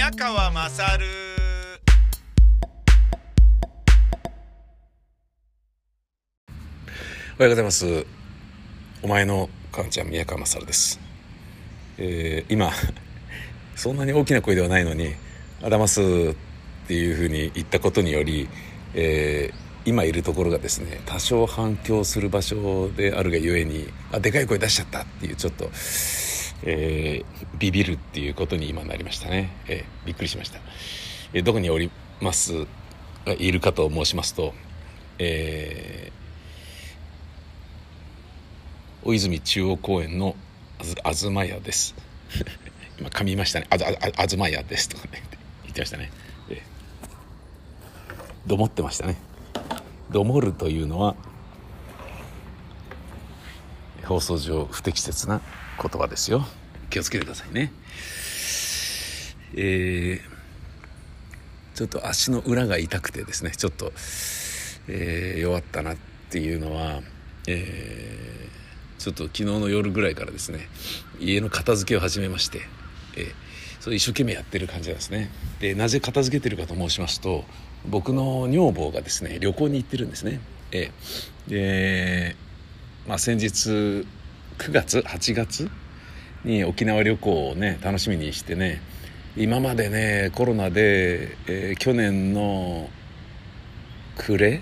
宮川勝。 おはようございます。お前の母ちゃん宮川勝です。今そんなに大きな声ではないのにあだますっていうふうに言ったことにより、今いるところがですね多少反響する場所であるがゆえにでかい声出しちゃったっていうちょっと、ビビるっていうことに今なりましたね。びっくりしました。どこにおりますいるかと申しますと、大泉中央公園の東屋です今噛みましたね。東屋ですとかね言ってましたね。どもってましたね。どもるというのは放送上不適切な言葉ですよ。気をつけてくださいね。ちょっと足の裏が痛くてですねちょっと、弱ったなっていうのは、ちょっと昨日の夜ぐらいからですね家の片付けを始めまして、それ一生懸命やってる感じなんですね。でなぜ片付けてるかと申しますと、僕の女房がですね旅行に行ってるんですね。で、先日9月8月に沖縄旅行をね楽しみにしてね、今までねコロナで、去年の暮れ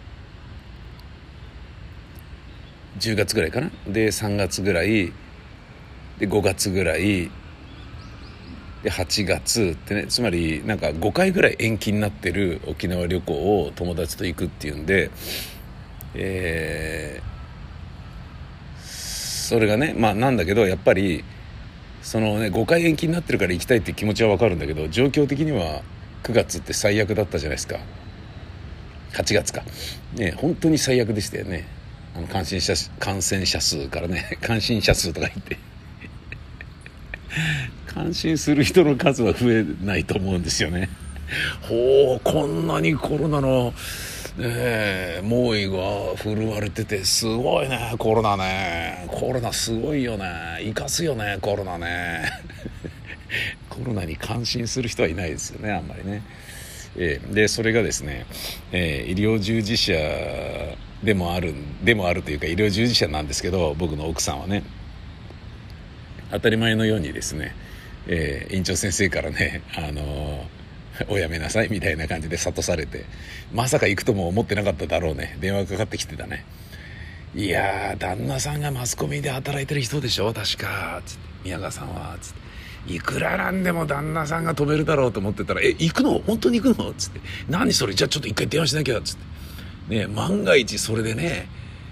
10月ぐらいかなで3月ぐらいで5月ぐらいで8月ってね、つまりなんか5回ぐらい延期になってる沖縄旅行を友達と行くっていうんで、それがねなんだけどやっぱりそのね5回延期になってるから行きたいって気持ちは分かるんだけど、状況的には9月って最悪だったじゃないですか。8月かね本当に最悪でしたよね。感染者数からね感染者数とか言って感心する人の数は増えないと思うんですよね。こんなにコロナの、猛威が振るわれててすごいね。コロナすごいよね。生かすよねコロナねコロナに感心する人はいないですよねあんまりね。でそれがですね、医療従事者でもあるというか医療従事者なんですけど、僕の奥さんはね当たり前のようにですね、院長先生からねおやめなさいみたいな感じで諭されて、まさか行くとも思ってなかっただろうね。電話かかってきてたね。いやー旦那さんがマスコミで働いてる人でしょ確かつって、宮川さんはつって、いくらなんでも旦那さんが止めるだろうと思ってたら行くの本当に行くのつって、何それじゃあちょっと一回電話しなきゃつってね、万が一それでね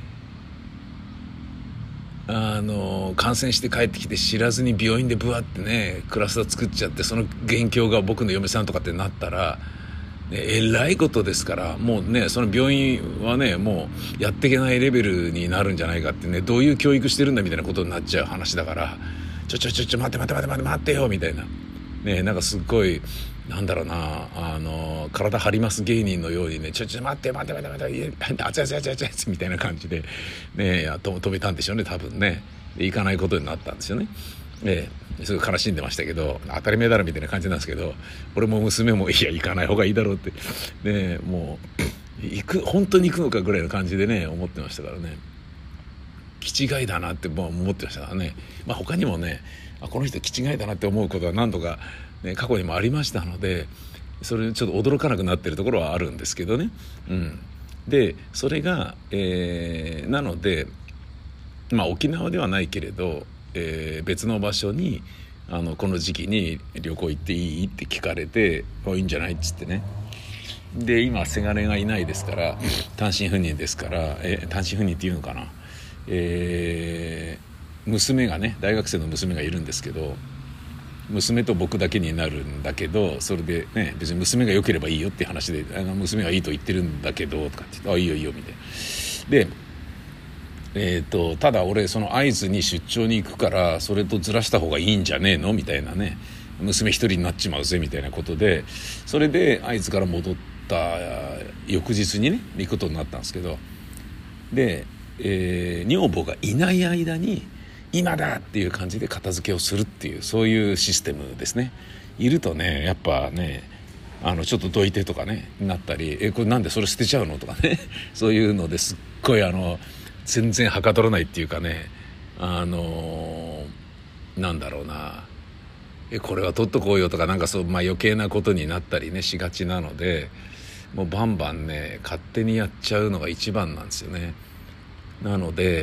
感染して帰ってきて知らずに病院でブワってねクラスター作っちゃって、その元凶が僕の嫁さんとかってなったら、ね、えらいことですから、もうねその病院はねもうやっていけないレベルになるんじゃないかってね、どういう教育してるんだみたいなことになっちゃう話だから、ちょ待ってよみたいなね、なんかすっごいなんだろうな体張ります芸人のようにね、ちょ待って熱いみたいな感じでね止めたんでしょうね多分ね。で行かないことになったんですよね。すごい悲しんでましたけど、当たり前だろみたいな感じなんですけど、俺も娘もいや行かない方がいいだろうってね、もう本当に行くのかぐらいの感じでね思ってましたからね。気違いだなって思ってましたからね。他にもねこの人気違いだなって思うことは何度か、ね、過去にもありましたので、それちょっと驚かなくなってるところはあるんですけどね。でそれが、なので沖縄ではないけれど、別の場所にこの時期に旅行行っていいって聞かれて、いいんじゃないっつってね。で今せがれがいないですから単身赴任ですから、単身赴任っていうのかな、娘がね大学生の娘がいるんですけど、娘と僕だけになるんだけど、それでね別に娘が良ければいいよっていう話で、娘がいいと言ってるんだけどとかって言って、いいよいいよみたいな。でただ俺その会津に出張に行くからそれとずらした方がいいんじゃねえのみたいなね、娘一人になっちまうぜみたいなことで、それで会津から戻った翌日にね行くことになったんですけど、で、女房がいない間に今だっていう感じで片付けをするっていう、そういうシステムですね。 いるとねやっぱねちょっとどいてとかねなったり、これなんでそれ捨てちゃうのとかねそういうのですっごい全然はかどらないっていうかね、なんだろうな、これは取っとこうよとかなんかそう、余計なことになったりねしがちなので、もうバンバンね勝手にやっちゃうのが一番なんですよね。なので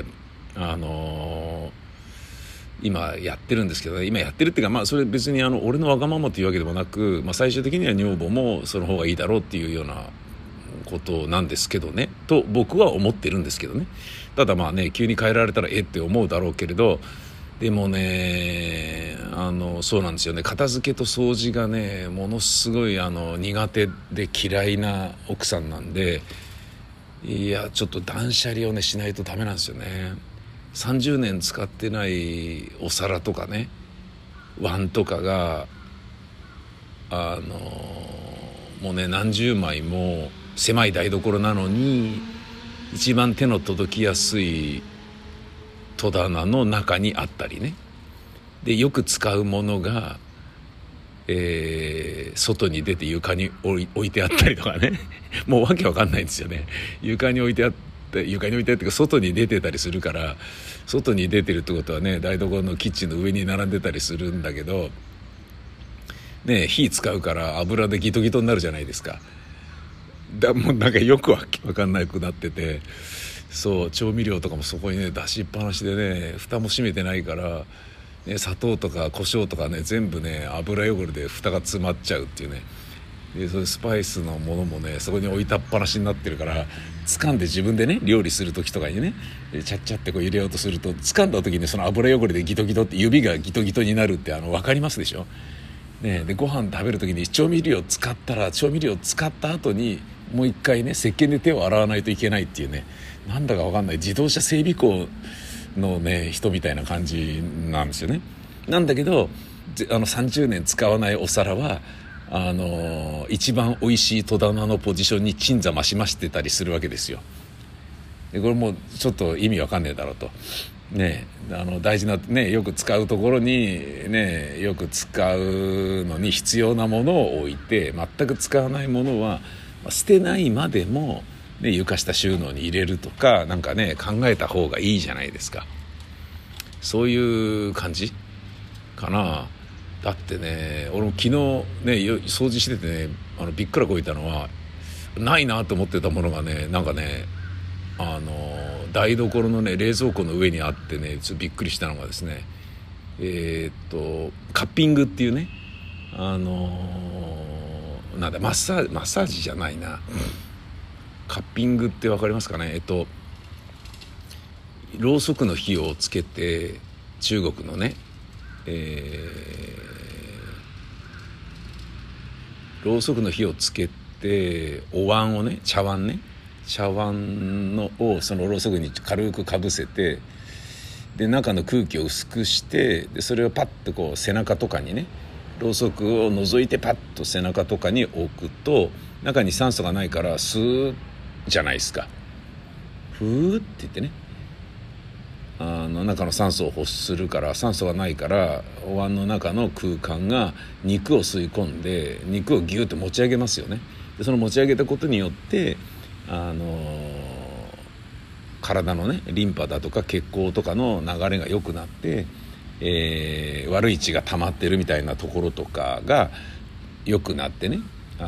今やってるんですけどね、今やってるっていうか、それ別に俺のわがままというわけでもなく、最終的には女房もその方がいいだろうっていうようなことなんですけどねと僕は思ってるんですけどね。ただ急に変えられたらって思うだろうけれど、でもねそうなんですよね、片付けと掃除がねものすごい苦手で嫌いな奥さんなんで、いやちょっと断捨離をねしないとダメなんですよね。30年使ってないお皿とかね碗とかがもうね何十枚も狭い台所なのに一番手の届きやすい戸棚の中にあったりね、でよく使うものが、外に出て床に置いてあったりとかねもうわけわかんないんですよね。床に置いてあってっていうか外に出てたりするから、外に出てるってことはね台所のキッチンの上に並んでたりするんだけどね、火使うから油でギトギトになるじゃないですか。もうなんかよくわかんなくなってて、そう調味料とかもそこにね出しっぱなしでね蓋も閉めてないから、ね、砂糖とか胡椒とかね全部ね油汚れで蓋が詰まっちゃうっていうね。でそういうスパイスのものもねそこに置いたっぱなしになってるから、掴んで自分でね料理する時とかにねチャッチャってこう入れようとすると、掴んだ時にその油汚れでギトギトって指がギトギトになるって分かりますでしょ、ね、でご飯食べる時に調味料使った後にもう一回ね石鹸で手を洗わないといけないっていうね、なんだか分かんない自動車整備工のね人みたいな感じなんですよね。なんだけど30年使わないお皿は一番美味しい戸棚のポジションに鎮座増しましてたりするわけですよ。でこれもちょっと意味わかんねえだろうとね、大事なねよく使うところにねよく使うのに必要なものを置いて、全く使わないものは捨てないまでも、ね、床下収納に入れるとかなんかね考えた方がいいじゃないですか。そういう感じかな。だってね俺も昨日ね掃除しててねびっくらこいたのは、ないなと思ってたものがねなんかね台所のね冷蔵庫の上にあってねちょっとびっくりしたのがですね、カッピングっていうねなんだマッサージじゃないな、カッピングって分かりますかね。ろうそくの火をつけて中国のね、ろうそくの火をつけてお椀をね茶碗をそのろうそくに軽くかぶせて、で中の空気を薄くして、でそれをパッとこう背中とかにねろうそくを覗いてパッと背中とかに置くと中に酸素がないからスーじゃないですか。ふーって言ってね中の酸素を欲するから、酸素がないからお椀の中の空間が肉を吸い込んで肉をギュッと持ち上げますよね。でその持ち上げたことによって体のねリンパだとか血行とかの流れが良くなって、悪い血が溜まってるみたいなところとかが良くなってね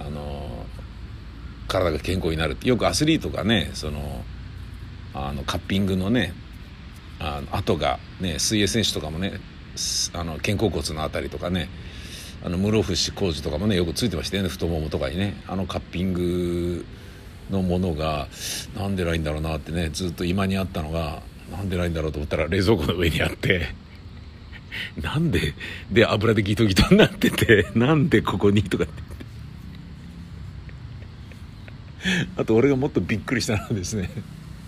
体が健康になるって、よくアスリートがねカッピングのね跡がね水泳選手とかもね肩甲骨のあたりとかね室伏広治とかもねよくついてましたよね、太ももとかにね。カッピングのものがなんでないんだろうなってねずっと今にあったのが、なんでないんだろうと思ったら冷蔵庫の上にあってなんでで油でギトギトになっててなんでここにとかってあと俺がもっとびっくりしたのはですね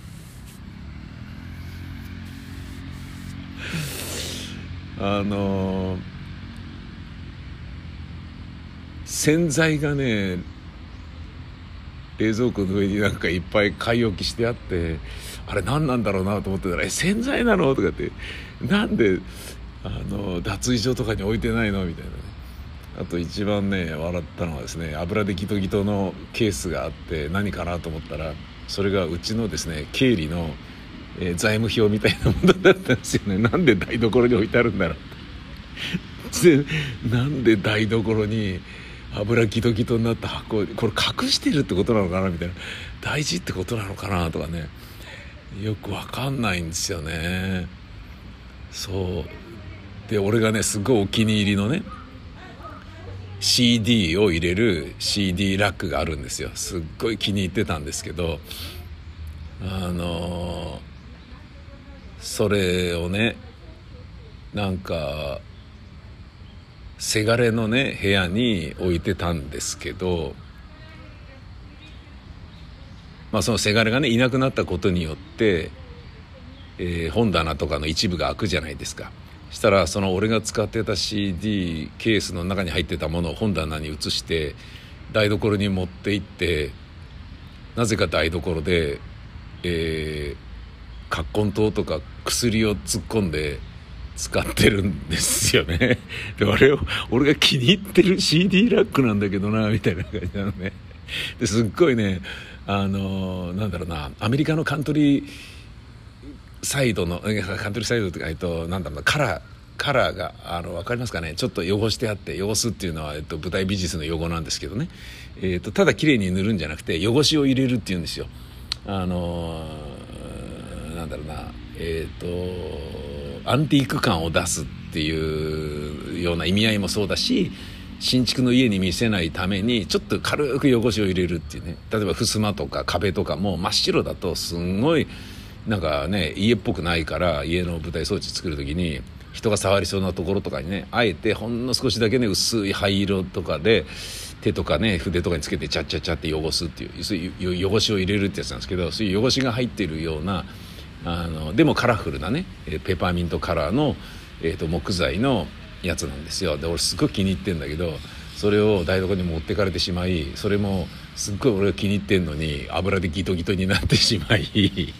洗剤がね冷蔵庫の上になんかいっぱい買い置きしてあって、あれ何なんだろうなと思ってたら洗剤なのとかって、なんで脱衣所とかに置いてないのみたいなね。 あと一番ね笑ったのはですね、油でギトギトのケースがあって何かなと思ったら、それがうちのですね経理の、財務表みたいなものだったんですよね。なんで台所に置いてあるんだろうで、なんで台所に油ギトギトになった箱、これ隠してるってことなのかなみたいな、大事ってことなのかなとかね、よくわかんないんですよね。そうで、俺がねすごいお気に入りのね CD を入れる CD ラックがあるんですよ。すっごい気に入ってたんですけど、それをねなんかせがれのね部屋に置いてたんですけど、そのせがれがねいなくなったことによって、本棚とかの一部が開くじゃないですか。したらその俺が使ってた CD ケースの中に入ってたものを本棚に移して台所に持って行って、なぜか台所で、葛根湯とか薬を突っ込んで使ってるんですよね。で俺が気に入ってる CD ラックなんだけどなみたいな感じなのね。ですっごいねなんだろうな、アメリカのカントリーサイドのカントリーサイドとかなんだろうな、カラーが分かりますかね。ちょっと汚してあって、汚すっていうのは、舞台美術の用語なんですけどね、ただ綺麗に塗るんじゃなくて汚しを入れるっていうんですよ。なんだろうな、アンティーク感を出すっていうような意味合いもそうだし、新築の家に見せないためにちょっと軽く汚しを入れるっていうね。例えば襖とか壁とかも真っ白だとすんごいなんかね家っぽくないから、家の舞台装置作る時に人が触りそうなところとかにね、あえてほんの少しだけね薄い灰色とかで手とかね筆とかにつけてチャッチャッチャって汚すっていう、そういう汚しを入れるってやつなんですけど、そういう汚しが入っているようなでもカラフルなねペパーミントカラーの、木材のやつなんですよ。で俺すごい気に入ってんだけど、それを台所に持ってかれてしまい、それもすっごい俺が気に入ってんのに油でギトギトになってしまい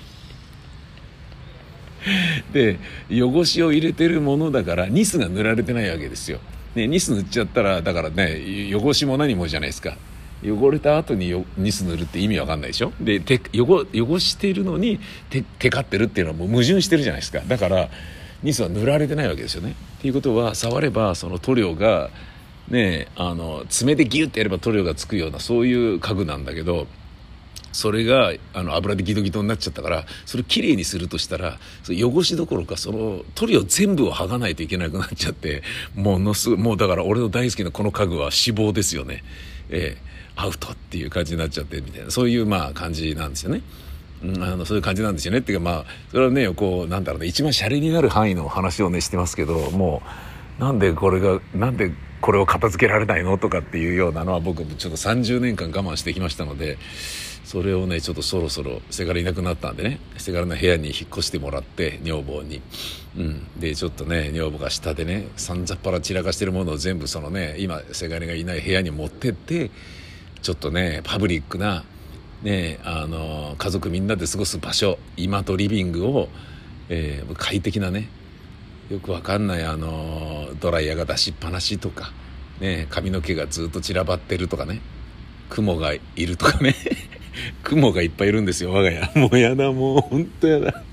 で汚しを入れてるものだからニスが塗られてないわけですよ、ね、ニス塗っちゃったらだからね汚しも何もじゃないですか。汚れた後にニス塗るって意味わかんないでしょ。で汚しているのにテカってるっていうのはもう矛盾してるじゃないですか。だからニスは塗られてないわけですよね。っていうことは触ればその塗料がね爪でギュッてやれば塗料がつくようなそういう家具なんだけど、それが油でギトギトになっちゃったから、それきれいにするとしたら汚しどころかその塗料全部を剥がないといけなくなっちゃって、もうだから俺の大好きなこの家具は死亡ですよね。アウトっていう感じになっちゃってみたいな、そういう感じなんですよね。そういう感じなんですよねっていうか、それはねこうなんだろうね、一番シャレになる範囲の話をねしてますけど、もうなんでこれを片付けられないのとかっていうようなのは僕ちょっと30年間我慢してきましたので、それをねちょっとそろそろせがれいなくなったんでね、せがれの部屋に引っ越してもらって女房に、でちょっとね女房が下でねさんざっぱら散らかしてるものを全部そのね今せがれがいない部屋に持ってって、ちょっとねパブリックなね家族みんなで過ごす場所、居間とリビングを、快適なね、よくわかんないドライヤーが出しっぱなしとかね、髪の毛がずっと散らばってるとかね、雲がいるとかね雲がいっぱいいるんですよ我が家。もうやだ、もう本当やだ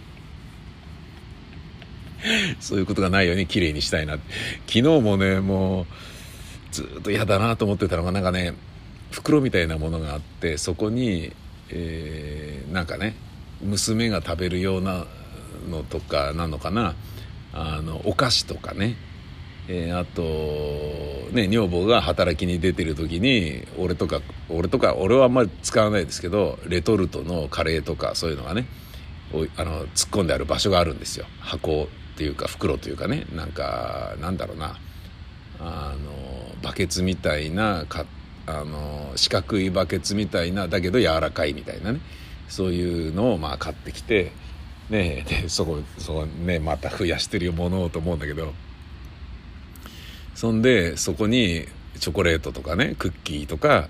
そういうことがないように綺麗にしたいな。昨日もねもうずっとやだなと思ってたのが、なんかね袋みたいなものがあって、そこに、なんかね娘が食べるようなのとかなのかな、お菓子とかね、あとね女房が働きに出てる時に俺はあんまり使わないですけど、レトルトのカレーとかそういうのがね突っ込んである場所があるんですよ。箱っていうか袋というかね、なんだろうな、バケツみたいな四角いバケツみたいなだけど柔らかいみたいなね、そういうのを買ってきてね、でそこねまた増やしてるものをと思うんだけど、そんでそこにチョコレートとかねクッキーとか、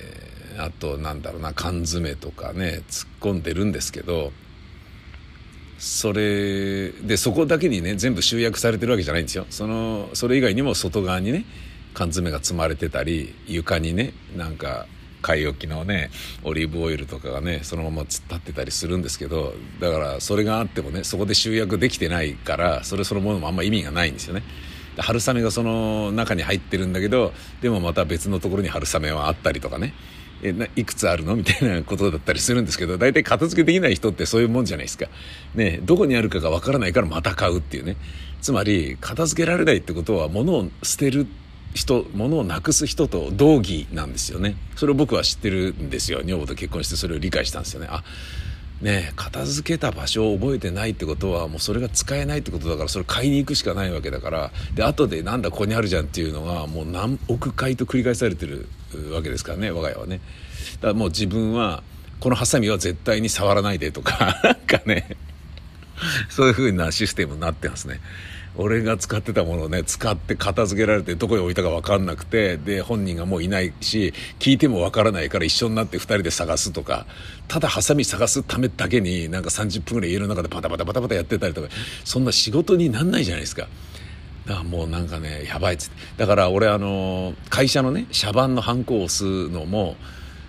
あとなんだろうな缶詰とかね突っ込んでるんですけど、 それでそこだけにね全部集約されてるわけじゃないんですよ。それ以外にも外側にね缶詰が積まれてたり、床にねなんか買い置きのねオリーブオイルとかがねそのまま突っ立ってたりするんですけど、だからそれがあってもねそこで集約できてないから、それそのものもあんま意味がないんですよね。春雨がその中に入ってるんだけど、でもまた別のところに春雨はあったりとかね、いくつあるのみたいなことだったりするんですけど、大体片付けできない人ってそういうもんじゃないですかね。どこにあるかがわからないからまた買うっていうね。つまり片付けられないってことは物を捨てる人、物をなくす人と同義なんですよね。それを僕は知ってるんですよ。女房と結婚してそれを理解したんですよね。片付けた場所を覚えてないってことはもうそれが使えないってことだから、それ買いに行くしかないわけだから、で後でなんだここにあるじゃんっていうのがもう何億回と繰り返されてるわけですからね、我が家はね。だからもう自分はこのハサミは絶対に触らないでとかなんかね、そういう風なシステムになってますね。俺が使ってたものをね使って片付けられてどこに置いたか分かんなくて、で本人がもういないし聞いても分からないから一緒になって2人で探すとか、ただハサミ探すためだけになんか30分ぐらい家の中でパタパタパタパタやってたりとか、そんな仕事になんないじゃないですか。だからもうなんかねやばいっつって、だから俺会社のね社番のハンコを押すのも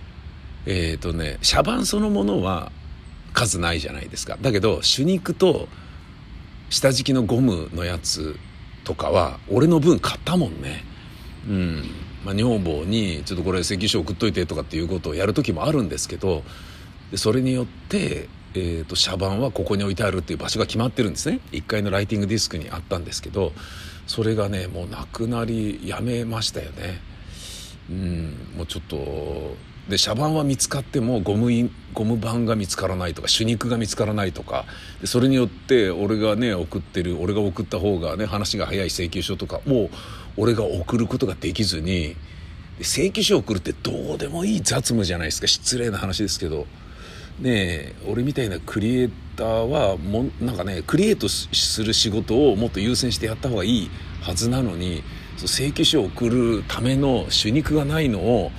社番そのものは数ないじゃないですか。だけど手肉と下敷きのゴムのやつとかは俺の分買ったもんね。女房にちょっとこれ請求書送っといてとかっていうことをやる時もあるんですけど、でそれによって社番はここに置いてあるっていう場所が決まってるんですね。1階のライティングディスクにあったんですけど、それがねもうなくなりやめましたよね。もうちょっとで社番は見つかってもゴム板が見つからないとか手肉が見つからないとかで、それによって俺が送った方がね話が早い請求書とかも俺が送ることができずに、請求書を送るってどうでもいい雑務じゃないですか。失礼な話ですけどね、俺みたいなクリエイターはなんかねクリエイトする仕事をもっと優先してやった方がいいはずなのに、請求書を送るための手肉がないのを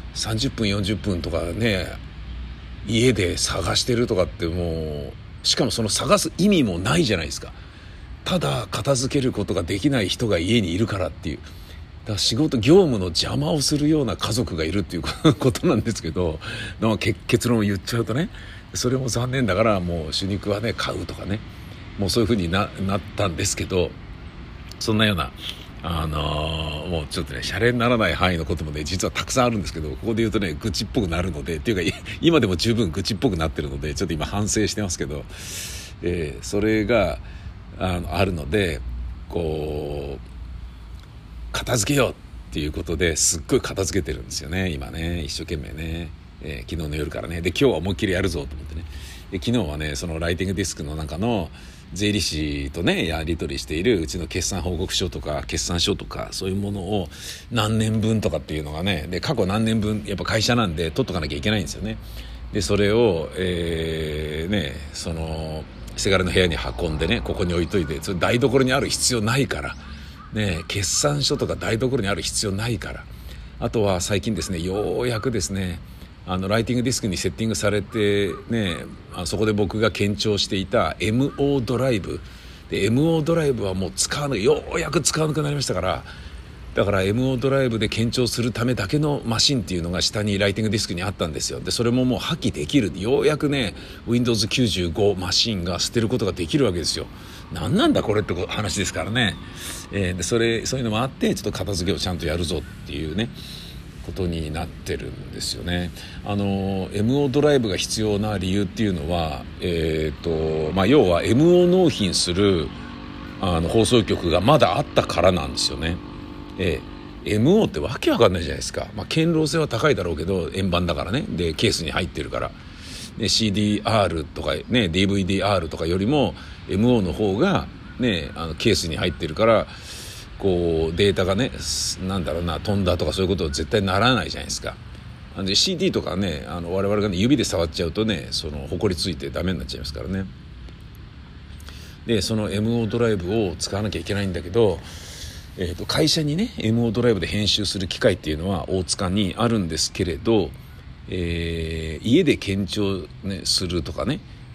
30分40分とかね家で探してるとかって、もうしかもその探す意味もないじゃないですか。ただ片付けることができない人が家にいるからっていう、だから業務の邪魔をするような家族がいるっていうことなんですけど、結論を言っちゃうとね、それも残念だからもう手肉はね買うとかね、もうそういう風になったんですけど、そんなようなもうちょっとねシャレにならない範囲のこともね実はたくさんあるんですけど、ここで言うとね愚痴っぽくなるので、っていうか今でも十分愚痴っぽくなってるのでちょっと今反省してますけど、それがあるのでこう片付けようっていうことですっごい片付けてるんですよね今ね、一生懸命ね、昨日の夜からね。で今日は思いっきりやるぞと思ってね。で昨日はねそのライティングディスクの中の税理士とねやり取りしているうちの決算報告書とか決算書とかそういうものを何年分とかっていうのがね、で過去何年分やっぱ会社なんで取っとかなきゃいけないんですよね。でそれをそのせがれの部屋に運んでねここに置いといて、それ台所にある必要ないからね、決算書とか台所にある必要ないから。あとは最近ですねようやくですねライティングディスクにセッティングされてね、そこで僕が堅調していた MO ドライブで MO ドライブはもうようやく使わなくなりましたから、だから MO ドライブで堅調するためだけのマシンっていうのが下にライティングディスクにあったんですよ。でそれももう破棄できる、ようやくね Windows95 マシンが捨てることができるわけですよ。なんだこれって話ですからね。でそういうのもあってちょっと片付けをちゃんとやるぞっていうねことになってるんですよね。MO ドライブが必要な理由っていうのは、要は MO 納品する放送局がまだあったからなんですよね。MO ってわけわかんないじゃないですか。堅牢性は高いだろうけど円盤だからね、でケースに入ってるから、CDR とかね DVDR とかよりも MO の方がねケースに入ってるからこうデータがね飛んだとかそういうことは絶対ならないじゃないですか。で CD とかね我々がね指で触っちゃうとねそのほこりついてダメになっちゃいますからね。でその MO ドライブを使わなきゃいけないんだけど、会社にね MO ドライブで編集する機械っていうのは大塚にあるんですけれど、家で検証、するとかね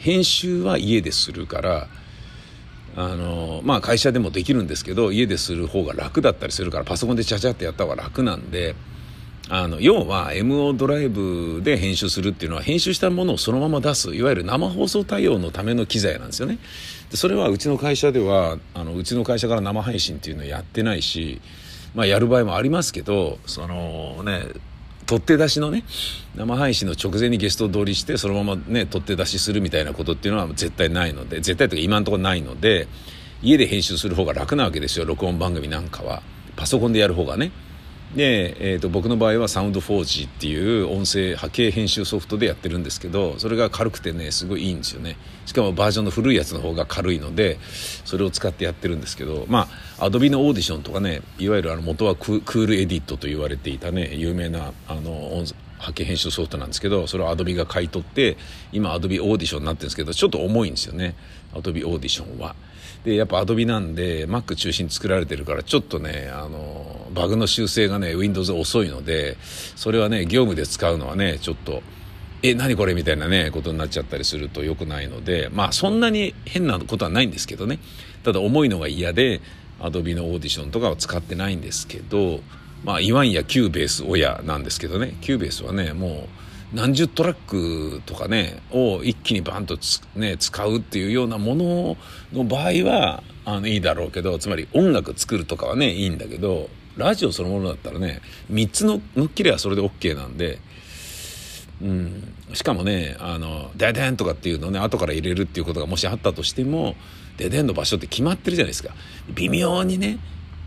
編集は家でするから、会社でもできるんですけど、家でする方が楽だったりするから、パソコンでチャチャってやった方が楽なんで、要は MO ドライブで編集するっていうのは、編集したものをそのまま出す、いわゆる生放送対応のための機材なんですよね。でそれはうちの会社ではうちの会社から生配信っていうのをやってないし、やる場合もありますけど、取って出しのね、生配信の直前にゲスト通りしてそのままね取って出しするみたいなことっていうのは絶対ないので、絶対というか今のところないので、家で編集する方が楽なわけですよ。録音番組なんかはパソコンでやる方がね。で、僕の場合はサウンド 4G っていう音声波形編集ソフトでやってるんですけど、それが軽くてねすごいいいんですよね。しかもバージョンの古いやつの方が軽いので、それを使ってやってるんですけど、Adobe のオーディションとかね、いわゆる元はクールエディットと言われていたね有名な波形編集ソフトなんですけど、それを Adobe が買い取って今 Adobe オーディションになってるんですけど、ちょっと重いんですよね Adobe オーディションは。でやっぱ Adobe なんで Mac 中心に作られてるから、ちょっとねバグの修正がね Windows 遅いので、それはね業務で使うのはねちょっと何これみたいなねことになっちゃったりすると良くないので、そんなに変なことはないんですけどね。ただ重いのが嫌で Adobe のオーディションとかは使ってないんですけど、いわんやキューベース親なんですけどね、キューベースはねもう何十トラックとかねを一気にバンと使うっていうようなものの場合はいいだろうけど、つまり音楽作るとかはねいいんだけど、ラジオそのものだったらね3つの乗っ切ればそれで OK なんで、しかもねデデンとかっていうのをね後から入れるっていうことがもしあったとしても、デデンの場所って決まってるじゃないですか。微妙にね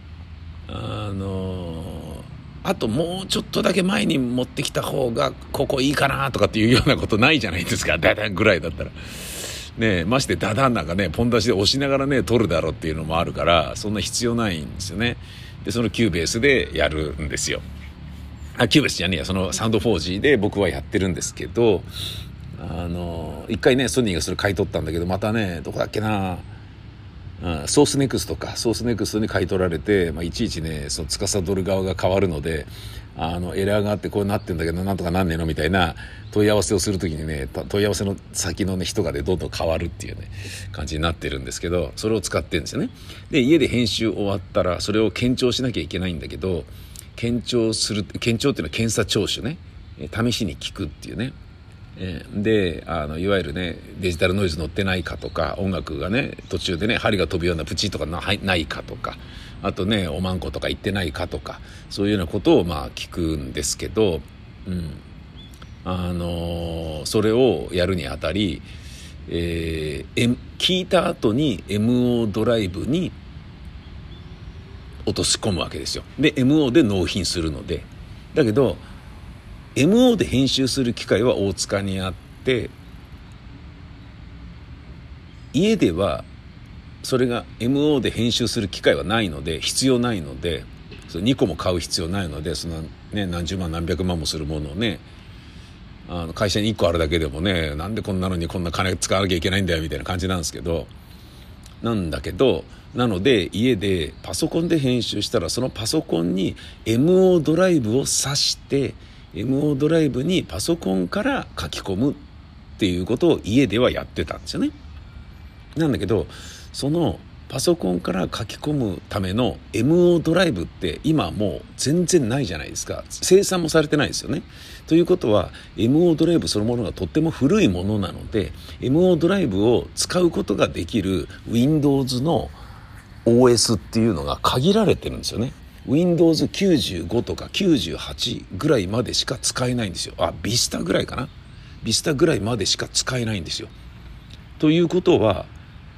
あともうちょっとだけ前に持ってきた方がここいいかなとかっていうようなことないじゃないですか。ダダンぐらいだったらね、ましてダダンなんかねポン出しで押しながらね撮るだろうっていうのもあるから、そんな必要ないんですよね。でそのキューベースでやるんですよ。キューベースじゃねえや、そのサウンド 4G で僕はやってるんですけど、一回ねソニーがそれ買い取ったんだけど、またねどこだっけな、ソースネクストに買い取られて、いちいちねその司る側が変わるので、エラーがあってこうなってんだけどなんとかなんねえのみたいな問い合わせをするときにね、問い合わせの先の、ね、人がねどんどん変わるっていうね感じになってるんですけど、それを使ってるんですよね。で家で編集終わったらそれを検証しなきゃいけないんだけど、検証っていうのは検査聴取ね、試しに聞くっていうね。でいわゆるねデジタルノイズ乗ってないかとか、音楽がね途中でね針が飛ぶようなプチとかないかとか、あとねおまんことか言ってないかとか、そういうようなことを聞くんですけど、それをやるにあたり、聞いた後に MO ドライブに落とし込むわけですよ。で MO で納品するので、だけどMO で編集する機械は大塚にあって、家ではそれが MO で編集する機械はないので、必要ないので、それ2個も買う必要ないので、そのね何十万何百万もするものをね会社に1個あるだけでもね、なんでこんなのにこんな金使わなきゃいけないんだよみたいな感じなんですけど、なので家でパソコンで編集したら、そのパソコンに MO ドライブを挿して、MO ドライブにパソコンから書き込むっていうことを家ではやってたんですよね。なんだけどそのパソコンから書き込むための MO ドライブって今もう全然ないじゃないですか。生産もされてないですよね。ということは MO ドライブそのものがとっても古いものなので、 MO ドライブを使うことができる Windows の OS っていうのが限られてるんですよね。Windows 95とか98ぐらいまでしか使えないんですよ。Vista ぐらいかな。Vista ぐらいまでしか使えないんですよ。ということは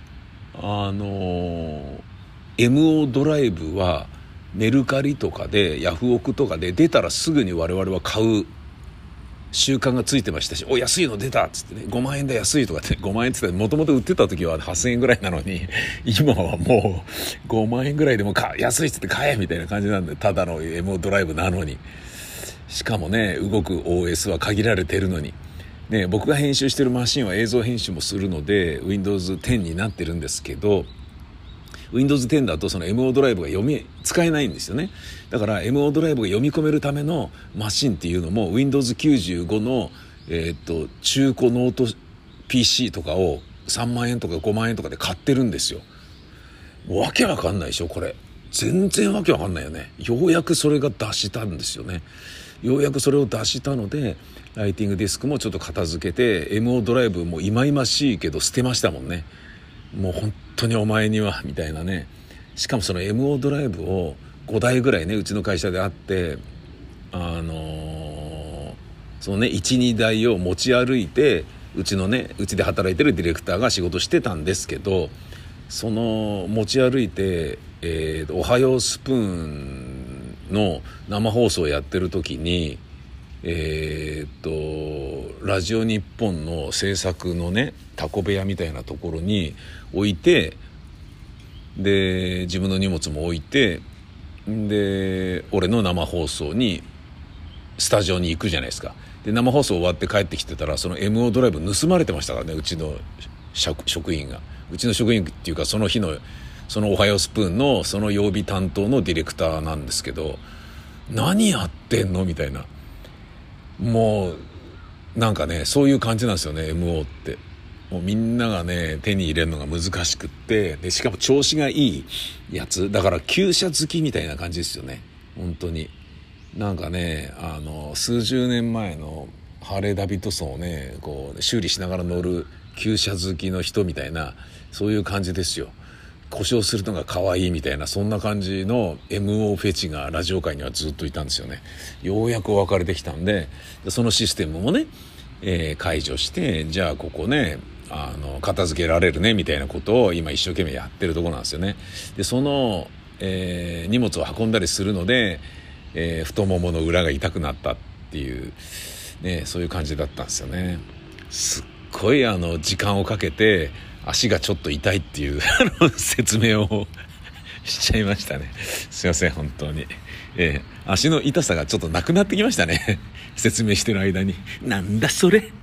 MO ドライブはメルカリとかでヤフオクとかで出たらすぐに我々は買う習慣がついてましたし、安いの出たっつってね、5万円だ安いとかって5万円って言ったら、もともと売ってた時は8000円ぐらいなのに、今はもう5万円ぐらいでも安いっつって買えみたいな感じなんで、ただの MO ドライブなのに、しかもね動く OS は限られてるのにね、僕が編集してるマシンは映像編集もするので Windows 10になってるんですけど、 Windows 10だとその MO ドライブが使えないんですよね。だから MO ドライブが読み込めるためのマシンっていうのも Windows 95の、中古ノート PC とかを3万円とか5万円とかで買ってるんですよ。わけわかんないでしょこれ。全然わけわかんないよね。ようやくそれが出したんですよね。ようやくそれを出したので、ライティングディスクもちょっと片付けて、 MO ドライブもいまいましいけど捨てましたもんね。もう本当にお前にはみたいなね。しかもその MO ドライブを5台ぐらいね、うちの会社であって、そのね 1,2 台を持ち歩いて、うちで働いてるディレクターが仕事してたんですけど、その持ち歩いて、おはようスプーンの生放送をやってる時に、ラジオ日本の制作のねタコ部屋みたいなところに置いて、で自分の荷物も置いて、で俺の生放送にスタジオに行くじゃないですか。で生放送終わって帰ってきてたら、その MO ドライブ盗まれてましたからね、うちの職員が。うちの職員っていうか、その日のそのおはようスプーンのその曜日担当のディレクターなんですけど、何やってんのみたいな、もうなんかねそういう感じなんですよね MO って。もうみんながね手に入れるのが難しくって、でしかも調子がいいやつだから、旧車好きみたいな感じですよね本当に。なんかね数十年前のハーレーダビッドソンをねこう修理しながら乗る旧車好きの人みたいな、そういう感じですよ。故障するのが可愛いみたいな、そんな感じの MO フェチがラジオ界にはずっといたんですよね。ようやくお別れできたんで、そのシステムもね、解除して、じゃあここね片付けられるねみたいなことを今一生懸命やってるところなんですよね。でその、荷物を運んだりするので、太ももの裏が痛くなったっていう、ね、そういう感じだったんですよね。すっごい時間をかけて足がちょっと痛いっていう説明をしちゃいましたね。すいません本当に、足の痛さがちょっとなくなってきましたね説明してる間に。なんだそれ。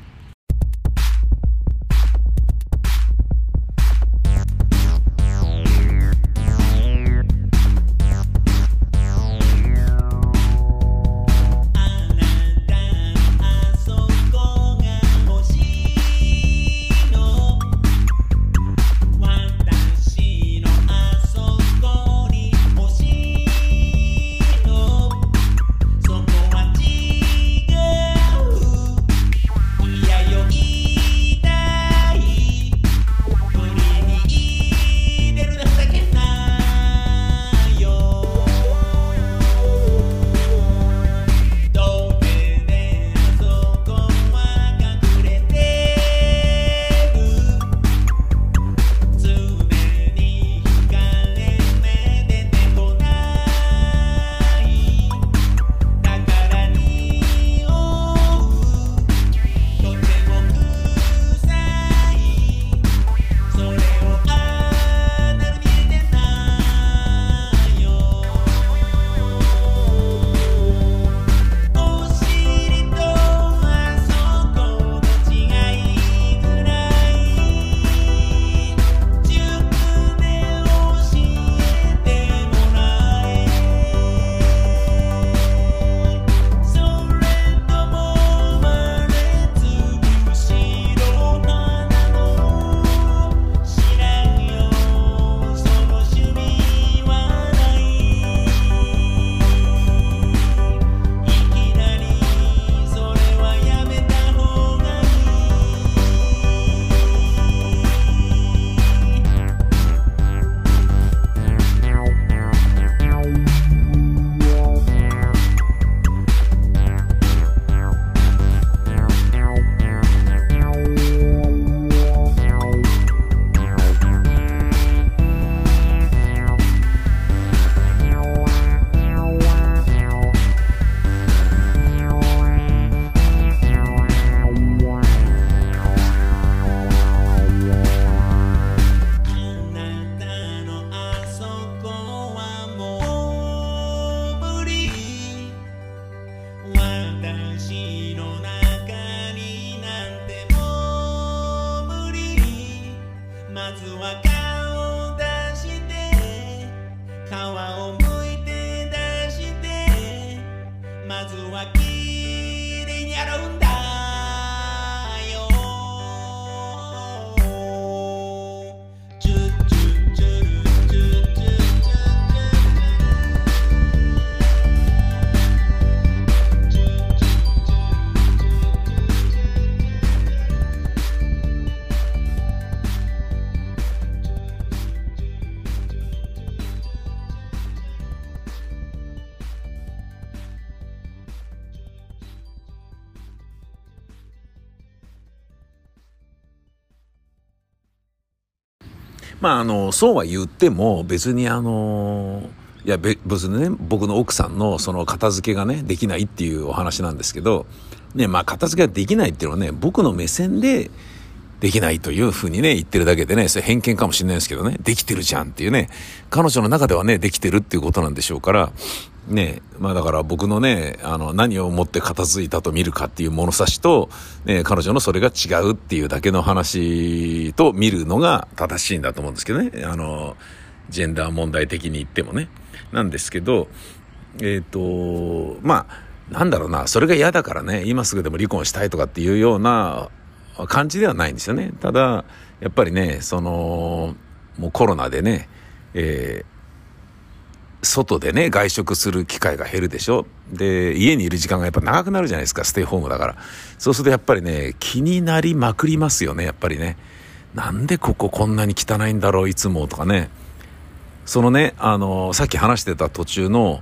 そうは言っても別にいや別にね、僕の奥さんのその片付けがねできないっていうお話なんですけどね、片付けができないっていうのはね、僕の目線でできないというふうにね言ってるだけでね、それ偏見かもしれないですけどね、できてるじゃんっていうね、彼女の中ではねできてるっていうことなんでしょうからね。だから僕のね何をもって片付いたと見るかっていう物差しと、ね、彼女のそれが違うっていうだけの話と見るのが正しいんだと思うんですけどね、ジェンダー問題的に言ってもねなんですけど、なんだろうな、それが嫌だからね今すぐでも離婚したいとかっていうような感じではないんですよね。ただやっぱりねもうコロナでね、外でね外食する機会が減るでしょ。で家にいる時間がやっぱ長くなるじゃないですか、ステイホームだから。そうするとやっぱりね気になりまくりますよね。やっぱりね、なんでこここんなに汚いんだろういつもとかね。そのねさっき話してた途中の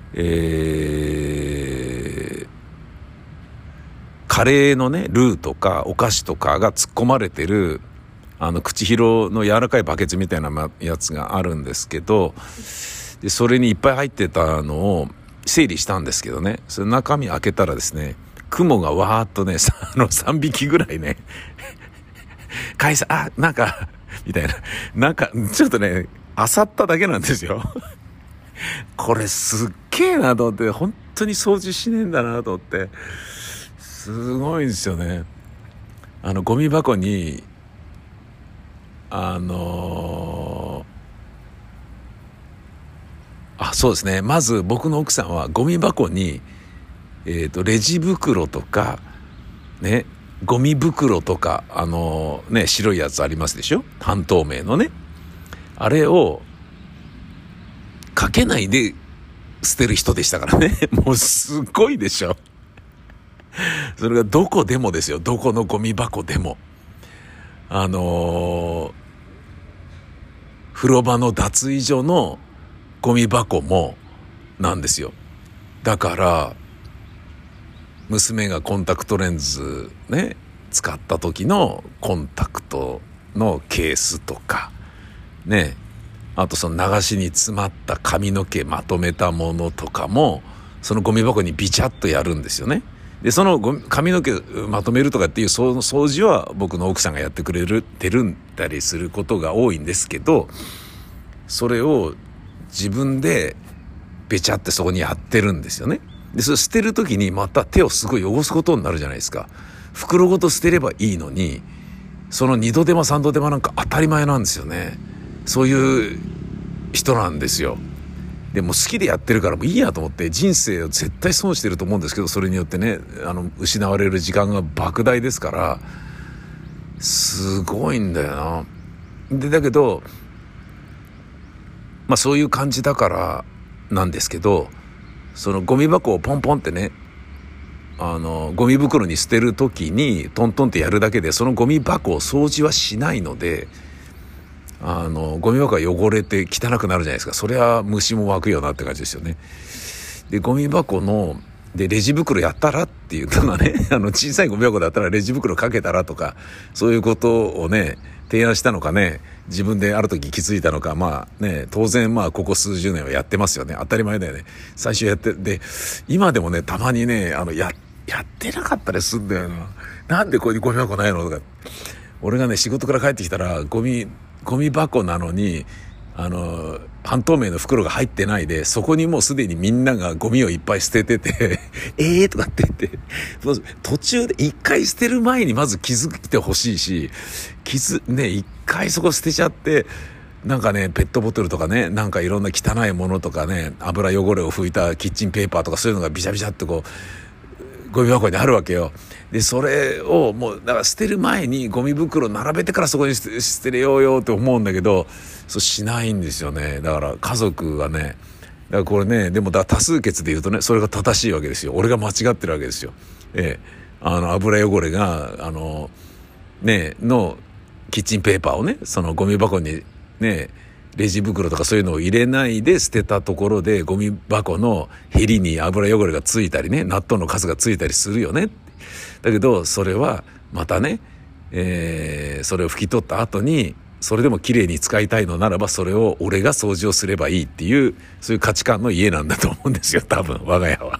カレーのねルーとかお菓子とかが突っ込まれてる口広の柔らかいバケツみたいなやつがあるんですけど、でそれにいっぱい入ってたのを整理したんですけどね、その中身開けたらですね、雲がわーっとね3匹ぐらいねなんかみたいな、なんかちょっとね漁っただけなんですよこれすっげえなと思って、本当に掃除しねえんだなと思って、すごいんですよね。ゴミ箱にそうですね、まず僕の奥さんはゴミ箱にレジ袋とかね、ゴミ袋とか白いやつありますでしょ、半透明のね、あれをかけないで捨てる人でしたからねもうすごいでしょそれがどこでもですよ、どこのゴミ箱でも風呂場の脱衣所のゴミ箱もなんですよ。だから娘がコンタクトレンズね使った時のコンタクトのケースとかね、あとその流しに詰まった髪の毛まとめたものとかもそのゴミ箱にビチャッとやるんですよね。でその髪の毛まとめるとかっていうその掃除は僕の奥さんがやってくれてるんだりすることが多いんですけど、それを自分でべちゃってそこにやってるんですよね。でそれ捨てる時にまた手をすごい汚すことになるじゃないですか。袋ごと捨てればいいのに、その2度手間3度手間なんか当たり前なんですよね。そういう人なんですよ。でも好きでやってるからもういいやと思って、人生を絶対損してると思うんですけど、それによってね失われる時間が莫大ですからすごいんだよな。でだけどそういう感じだからなんですけど、そのゴミ箱をポンポンってねゴミ袋に捨てる時にトントンってやるだけでそのゴミ箱を掃除はしないので、ゴミ箱が汚れて汚くなるじゃないですか。それは虫も湧くよなって感じですよね。でゴミ箱のでレジ袋やったらっていうのはね小さいゴミ箱だったらレジ袋かけたらとか、そういうことをね提案したのかね、自分である時気づいたのか、当然ここ数十年はやってますよね。当たり前だよね。最初やってで今でもねたまにねやってなかったりすんだよな。なんでここにゴミ箱ないのとか、俺がね仕事から帰ってきたらゴミ箱なのに半透明の袋が入ってないで、そこにもうすでにみんながゴミをいっぱい捨てててとかって言って途中で一回捨てる前にまず気づいてほしいし、一回そこ捨てちゃってなんかねペットボトルとかね、なんかいろんな汚いものとかね、油汚れを拭いたキッチンペーパーとかそういうのがビシャビシャってこうゴミ箱にあるわけよ。でそれをもうだから捨てる前にゴミ袋並べてからそこに捨てれようよって思うんだけど、そうしないんですよね。だから家族はね、だからこれね、でも多数決で言うとねそれが正しいわけですよ。俺が間違ってるわけですよ。油汚れがのキッチンペーパーをねそのゴミ箱にねレジ袋とかそういうのを入れないで捨てたところでゴミ箱のヘリに油汚れがついたりね、納豆のカスがついたりするよね。だけどそれはまたね、それを拭き取った後にそれでも綺麗に使いたいのならば、それを俺が掃除をすればいいっていう、そういう価値観の家なんだと思うんですよ、多分我が家は。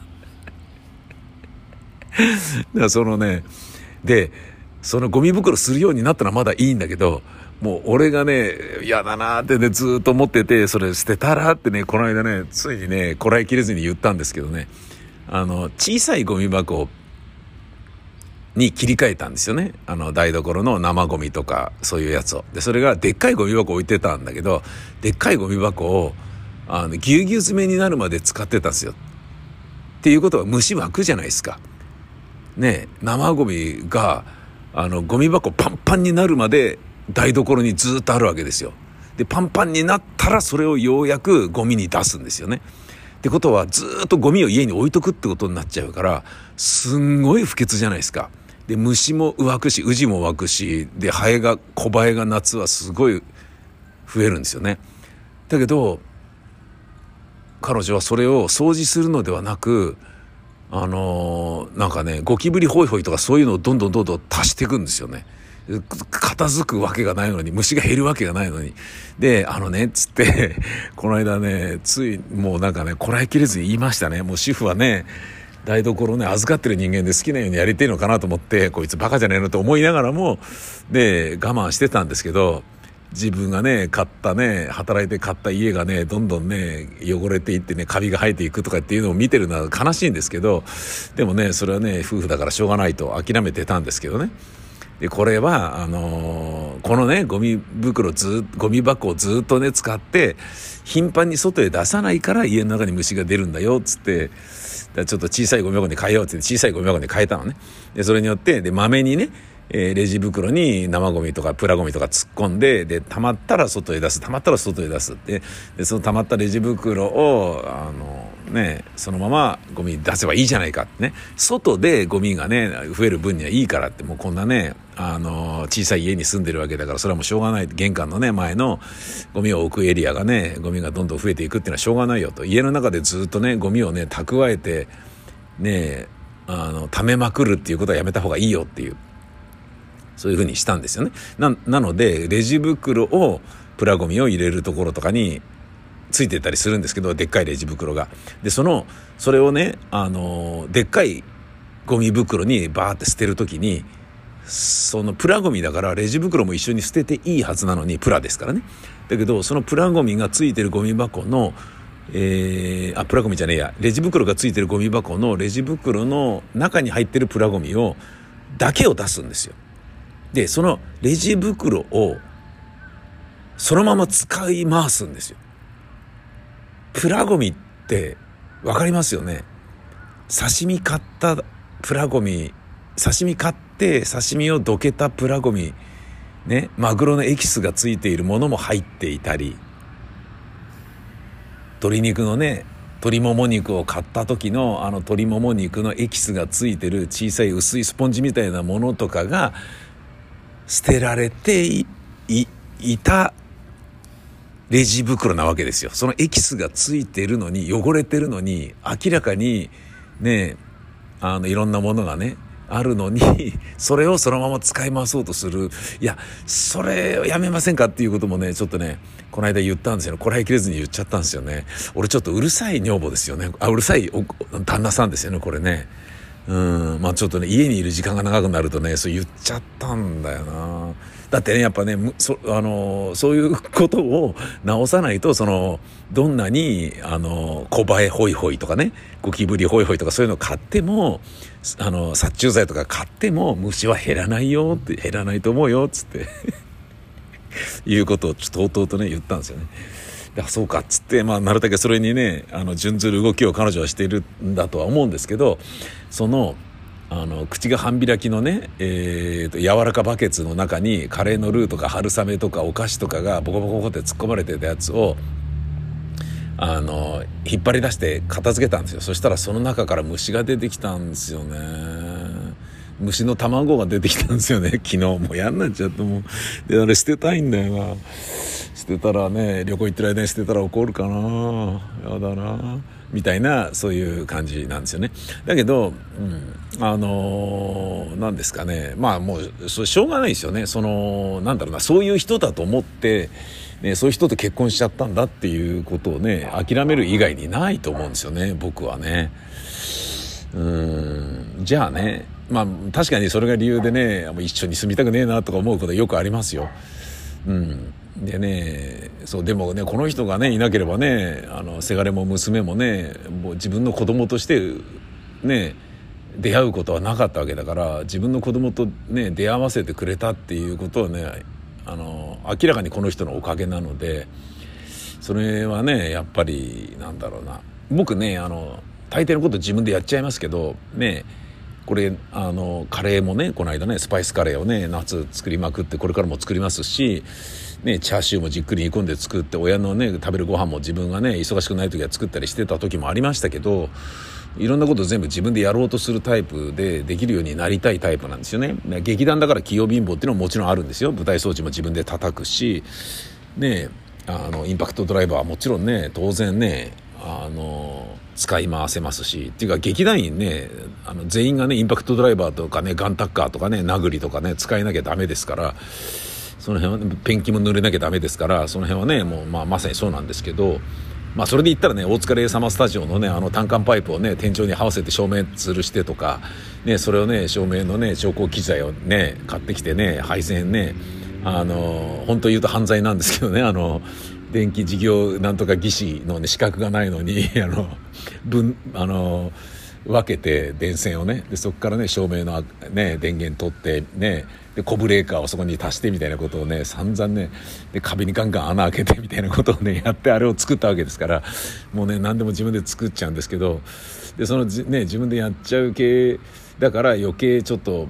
だからでそのゴミ袋するようになったらまだいいんだけど、もう俺がね嫌だなってねずっと思ってて、それ捨てたらってね、この間ねついにねこらえきれずに言ったんですけどね、小さいゴミ箱に切り替えたんですよね。台所の生ゴミとかそういうやつを。でそれがでっかいゴミ箱置いてたんだけど、でっかいゴミ箱をぎゅうぎゅう詰めになるまで使ってたんですよ。っていうことは虫湧くじゃないですかね。生ゴミがゴミ箱パンパンになるまで台所にずっとあるわけですよ。でパンパンになったらそれをようやくゴミに出すんですよね。ってことはずっとゴミを家に置いとくってことになっちゃうから、すんごい不潔じゃないですか。で虫も湧くし、ウジも湧くし、で小バエが夏はすごい増えるんですよね。だけど彼女はそれを掃除するのではなく、なんかねゴキブリホイホイとかそういうのをどんどん足していくんですよね。片付くわけがないのに、虫が減るわけがないのに。でつってこの間ねついもうなんかねこらえきれずに言いましたね。もう主婦はね台所ね預かってる人間で好きなようにやりてえのかなと思って、こいつバカじゃねえのと思いながらもで我慢してたんですけど、自分がね働いて買った家がねどんどんね汚れていってねカビが生えていくとかっていうのを見てるのは悲しいんですけど、でもねそれはね夫婦だからしょうがないと諦めてたんですけどね。でこれはこのねゴミ箱をずっとね使って頻繁に外へ出さないから家の中に虫が出るんだよっつって、ちょっと小さいゴミ箱に変えようって小さいゴミ箱に変えたのね。でそれによってでまめにねレジ袋に生ゴミとかプラゴミとか突っ込んで、で溜まったら外へ出すでその溜まったレジ袋をそのままゴミ出せばいいじゃないかってね。外でゴミがね増える分にはいいからって、もうこんなね小さい家に住んでるわけだから、それはもうしょうがない。玄関のね前のゴミを置くエリアがねゴミがどんどん増えていくっていうのはしょうがないよと。家の中でずっとねゴミをね蓄えてね溜めまくるっていうことはやめた方がいいよっていう、そういうふうにしたんですよね。なのでレジ袋をプラゴミを入れるところとかについてたりするんですけど、でっかいレジ袋が。でそれをねでっかいゴミ袋にバーって捨てるときに、そのプラゴミだからレジ袋も一緒に捨てていいはずなのに、プラですからね。だけどそのプラゴミがついてるゴミ箱のプラゴミじゃねえや、レジ袋がついてるゴミ箱のレジ袋の中に入ってるプラゴミだけを出すんですよ。でそのレジ袋をそのまま使い回すんですよ。プラゴミってわかりますよね。刺身買ったプラゴミ、刺身買って刺身をどけたプラゴミね、マグロのエキスがついているものも入っていたり、鶏肉のね鶏もも肉を買った時の鶏もも肉のエキスがついてる小さい薄いスポンジみたいなものとかが捨てられて いたレジ袋なわけですよ。そのエキスがついてるのに、汚れてるのに、明らかにねいろんなものがねあるのにそれをそのまま使い回そうとする。いやそれやめませんかっていうこともねちょっとねこの間言ったんですよ。こらえきれずに言っちゃったんですよね。俺ちょっとうるさい女房ですよね。うるさい旦那さんですよねこれね。ちょっとね家にいる時間が長くなるとねそう言っちゃったんだよな。だってねやっぱねそういうことを直さないと、どんなに小バエホイホイとかねゴキブリホイホイとかそういうの買っても殺虫剤とか買っても虫は減らないよって、減らないと思うよっつっていうことをとうとうとね言ったんですよね。だからそうかっつって、なるだけそれにね準ずる動きを彼女はしているんだとは思うんですけど、口が半開きのね、柔らかバケツの中にカレーのルーとか春雨とかお菓子とかがボコボコボコって突っ込まれてたやつを引っ張り出して片付けたんですよ。そしたらその中から虫が出てきたんですよね。虫の卵が出てきたんですよね。昨日もう嫌になっちゃって、もうであれ捨てたいんだよな。捨てたらね旅行行ってる間に捨てたら怒るかな、やだなみたいな、そういう感じなんですよね。だけど、 なんですかね、まあもうしょうがないですよね。なんだろうな、そういう人だと思って、ね、そういう人と結婚しちゃったんだっていうことをね諦める以外にないと思うんですよね、僕はね。じゃあね、まあ確かにそれが理由でね一緒に住みたくねえなとか思うことよくありますよ。でね、そうでもねこの人がねいなければねせがれも娘もねもう自分の子供としてね出会うことはなかったわけだから、自分の子供とね出会わせてくれたっていうことはね明らかにこの人のおかげなので、それはねやっぱりなんだろうな、僕ね大抵のこと自分でやっちゃいますけどね、これカレーもねこの間ねスパイスカレーをね夏作りまくって、これからも作りますしね、チャーシューもじっくり煮込んで作って、親のね食べるご飯も自分がね忙しくない時は作ったりしてた時もありましたけど、いろんなこと全部自分でやろうとするタイプでできるようになりたいタイプなんですよね。劇団だから器用貧乏っていうのももちろんあるんですよ。舞台装置も自分で叩くしね、インパクトドライバーはもちろんね当然ね使い回せますし、っていうか劇団員ね全員がねインパクトドライバーとかねガンタッカーとかね殴りとかね使えなきゃダメですから、その辺は、ね、ペンキも塗れなきゃダメですから、その辺はねもう、まさにそうなんですけど、それで言ったらね大塚レイサマスタジオのね単管パイプをね天井に這わせて照明吊るしてとかね、それをね照明のね調光機材をね買ってきてね配線ね本当言うと犯罪なんですけどね電気事業なんとか技師の、ね、資格がないのに分けて電線をね、でそこからね照明の、ね、電源取ってね、でコブレーカーをそこに足してみたいなことをね散々ね、で壁にガンガン穴開けてみたいなことをねやってあれを作ったわけですから、もうね何でも自分で作っちゃうんですけど、でそのね自分でやっちゃう系だから余計ちょっと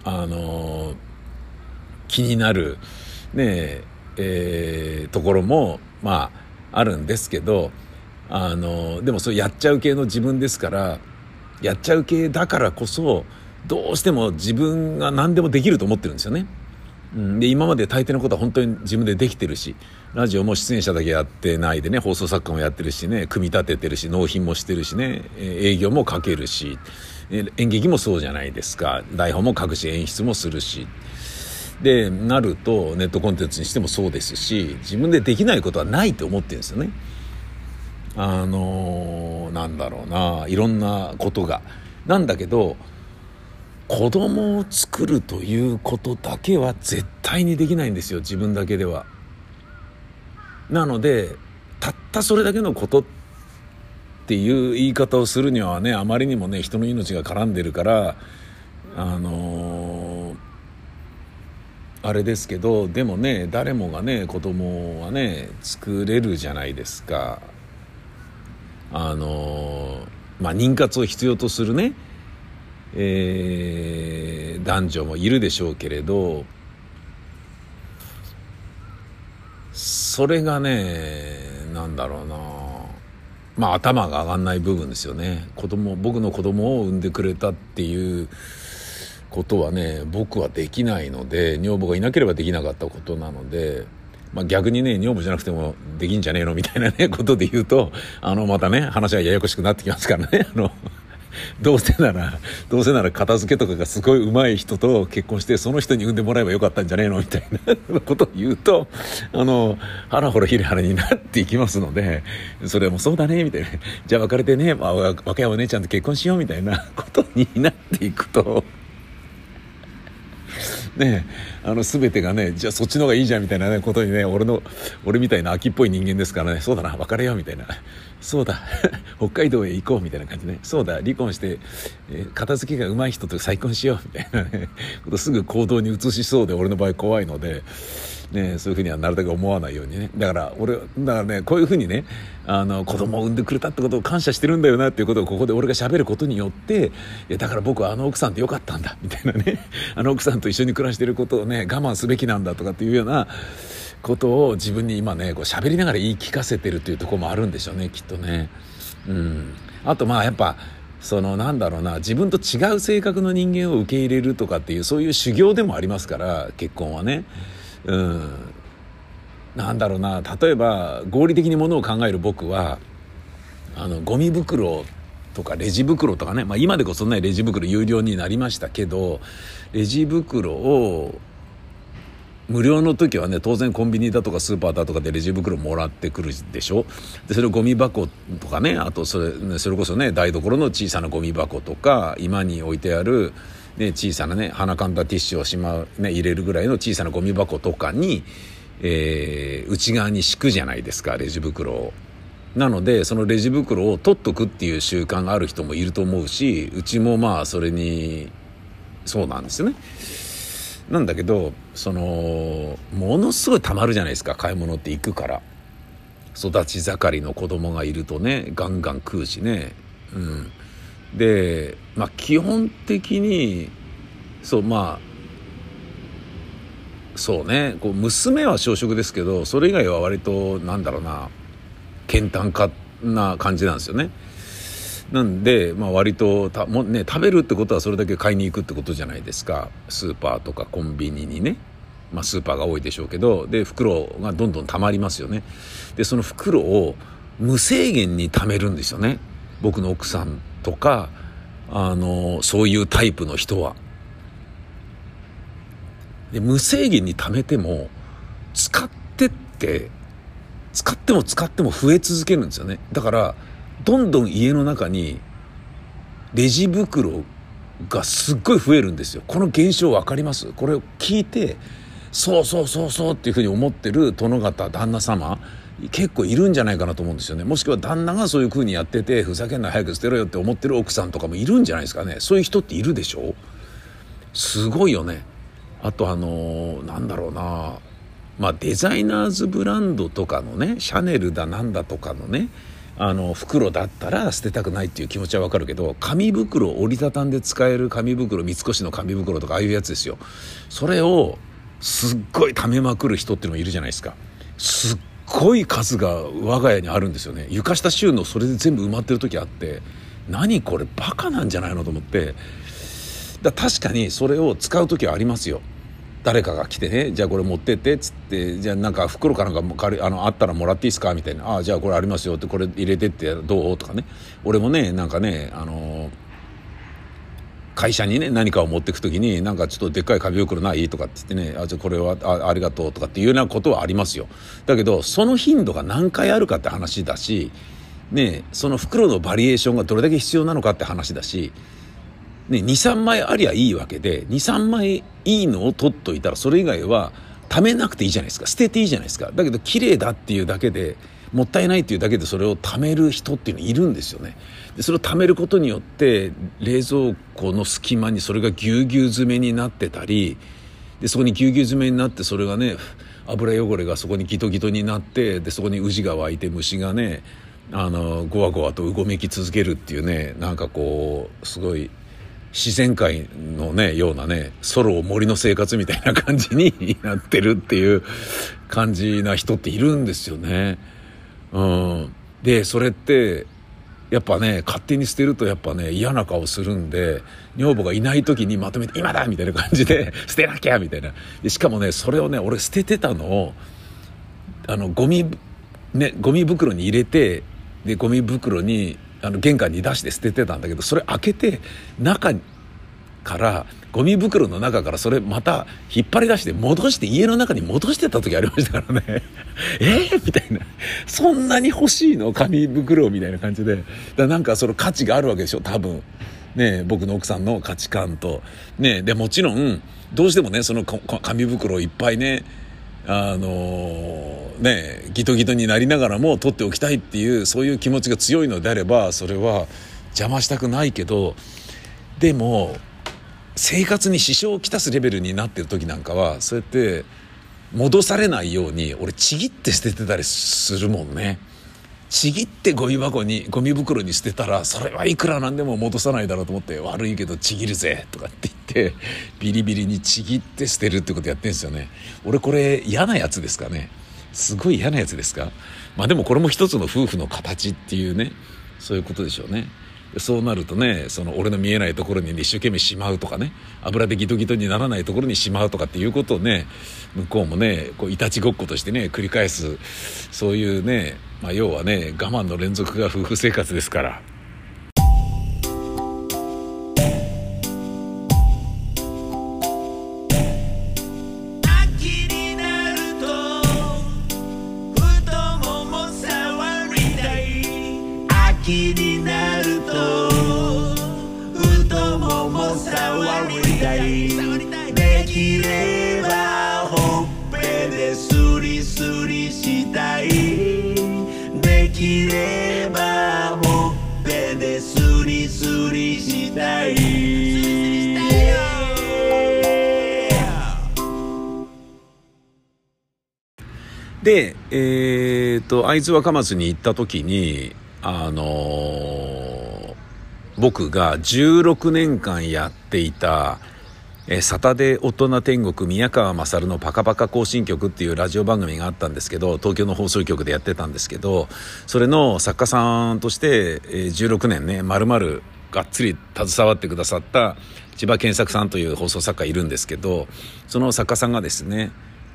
気になるねところもあるんですけど、でもそうやっちゃう系の自分ですから、やっちゃう系だからこそどうしても自分が何でもできると思ってるんですよね。で今まで大抵のことは本当に自分でできてるし、ラジオも出演者だけやってないでね放送作家もやってるしね、組み立ててるし納品もしてるしね、営業もかけるし、演劇もそうじゃないですか、台本も書くし演出もするしでなると、ネットコンテンツにしてもそうですし、自分でできないことはないと思ってるんですよね。なんだろうな、いろんなことがなんだけど、子供を作るということだけは絶対にできないんですよ、自分だけでは。なのでたったそれだけのことっていう言い方をするにはね、あまりにもね人の命が絡んでるからあれですけど、でもね誰もがね子供はね作れるじゃないですか。妊活を必要とするね、男女もいるでしょうけれど、それがねなんだろうな、頭が上がんない部分ですよね。僕の子供を産んでくれたっていうことはね僕はできないので、女房がいなければできなかったことなので、逆にね女房じゃなくてもできんじゃねえのみたいなねことで言うとまたね話はややこしくなってきますからねどうせなら片付けとかがすごい上手い人と結婚してその人に産んでもらえばよかったんじゃねえのみたいなことを言うとハラホラヒレハラになっていきますので、それもそうだねみたいな、じゃあ別れてね、若いお姉ちゃんと結婚しようみたいなことになっていくとね、全てがねじゃあそっちの方がいいじゃんみたいな、ね、ことにね俺みたいな秋っぽい人間ですからね、そうだな別れようみたいな、そうだ北海道へ行こうみたいな感じで、ね、そうだ離婚して、片付けが上手い人と再婚しようみたいな、ね、ことすぐ行動に移しそうで、俺の場合怖いので、ね、そういうふうにはなるだけ思わないようにね、だからねこういうふうにね子供を産んでくれたってことを感謝してるんだよなっていうことをここで俺が喋ることによって、いやだから僕は奥さんってよかったんだみたいなね、奥さんと一緒に暮らしてることをね我慢すべきなんだとかっていうようなことを自分に今ねこう喋りながら言い聞かせてるというところもあるんでしょうね、きっとね。あとやっぱなんだろうな、自分と違う性格の人間を受け入れるとかっていうそういう修行でもありますから、結婚はね。なんだろうな、例えば合理的にものを考える僕はゴミ袋とかレジ袋とかね、今でこそねレジ袋有料になりましたけど、レジ袋を無料の時はね当然コンビニだとかスーパーだとかでレジ袋もらってくるでしょ。でそれをゴミ箱とかね、あとそれこそね台所の小さなゴミ箱とか居間に置いてある、ね、小さなね鼻かんだティッシュを入れるぐらいの小さなゴミ箱とかに、内側に敷くじゃないですか、レジ袋を。なのでそのレジ袋を取っとくっていう習慣がある人もいると思うし、うちもそれにそうなんですよね。なんだけどものすごいたまるじゃないですか、買い物って行くから。育ち盛りの子供がいるとねガンガン食うしね、で基本的にそうね、娘は小食ですけど、それ以外は割と健坦化な感じなんですよね。なんで割と食べるってことはそれだけ買いに行くってことじゃないですか。スーパーとかコンビニにね、スーパーが多いでしょうけど、で袋がどんどん溜まりますよね。でその袋を無制限に貯めるんですよね、僕の奥さんとかそういうタイプの人は。で無制限に貯めても使っても増え続けるんですよね。だからどんどん家の中にレジ袋がすっごい増えるんですよ。この現象分かります？これを聞いてそうっていうふうに思ってる殿方旦那様結構いるんじゃないかなと思うんですよね。もしくは旦那がそういうふうにやっててふざけんな早く捨てろよって思ってる奥さんとかもいるんじゃないですかね。そういう人っているでしょ。すごいよね。あとデザイナーズブランドとかのねシャネルだなんだとかのね袋だったら捨てたくないっていう気持ちはわかるけど、紙袋折りたたんで使える紙袋、三越の紙袋とかああいうやつですよ。それをすっごい溜めまくる人っていうのもいるじゃないですか。すっごい数が我が家にあるんですよね。床下収納それで全部埋まってる時あって、何これバカなんじゃないのと思って。確かにそれを使う時はありますよ。誰かが来てね、じゃあこれ持ってってっつって、じゃあ袋かなんかあったらもらっていいですかみたいな、じゃあこれありますよってこれ入れてってどうとかね。俺もね会社にね何かを持ってくときにちょっとでっかい紙袋ないとかって言ってね、じゃあこれは ありがとうとかっていうようなことはありますよ。だけどその頻度が何回あるかって話だしね、その袋のバリエーションがどれだけ必要なのかって話だしね、2、3枚ありゃいいわけで、2、3枚いいのを取っといたらそれ以外は貯めなくていいじゃないですか。捨てていいじゃないですか。だけど綺麗だっていうだけで、もったいないっていうだけでそれを貯める人っていうのいるんですよね。でそれを貯めることによって冷蔵庫の隙間にそれがぎゅうぎゅう詰めになってたり、でそこにぎゅうぎゅう詰めになってそれがね油汚れがそこにギトギトになって、でそこにウジが湧いて虫がねゴワゴワとうごめき続けるっていうね、すごい自然界のねようなねソロ森の生活みたいな感じになってるっていう感じな人っているんですよね。でそれってやっぱね勝手に捨てるとやっぱね嫌な顔するんで、女房がいない時にまとめて今だみたいな感じで捨てなきゃみたいな。でしかもねそれをね俺捨ててたのをゴミ袋に入れて、でゴミ袋に玄関に出して捨ててたんだけど、それ開けてゴミ袋の中からそれまた引っ張り出して戻して家の中に戻してた時ありましたからねみたいな、そんなに欲しいの紙袋みたいな感じで、その価値があるわけでしょ多分ね、僕の奥さんの価値観とね。でもちろんどうしてもねその紙袋をいっぱいねギトギトになりながらも取っておきたいっていうそういう気持ちが強いのであればそれは邪魔したくないけど、でも生活に支障をきたすレベルになってる時なんかはそうやって戻されないように俺ちぎって捨ててたりするもんね。ちぎってゴミ袋に捨てたらそれはいくらなんでも戻さないだろうと思って、悪いけどちぎるぜとかって言ってビリビリにちぎって捨てるってことやってんですよね。俺これ嫌なやつですかね。すごい嫌なやつですか。でもこれも一つの夫婦の形っていうね、そういうことでしょうね。そうなるとねその俺の見えないところに、ね、一生懸命しまうとかね、油でギトギトにならないところにしまうとかっていうことをね向こうもねいたちごっことしてね繰り返す、そういうね要はね我慢の連続が夫婦生活ですから。 気になると太もも触りたい。できればほっぺでスリスリしたい。できればほっぺでスリスリしたい。 で、会津若松に行った時に、僕が16年間やっていた、サタデー大人天国宮川勝のパカパカ行進曲っていうラジオ番組があったんですけど、東京の放送局でやってたんですけど、それの作家さんとして、16年ね、丸々がっつり携わってくださった千葉健作さんという放送作家いるんですけど、その作家さんがですね、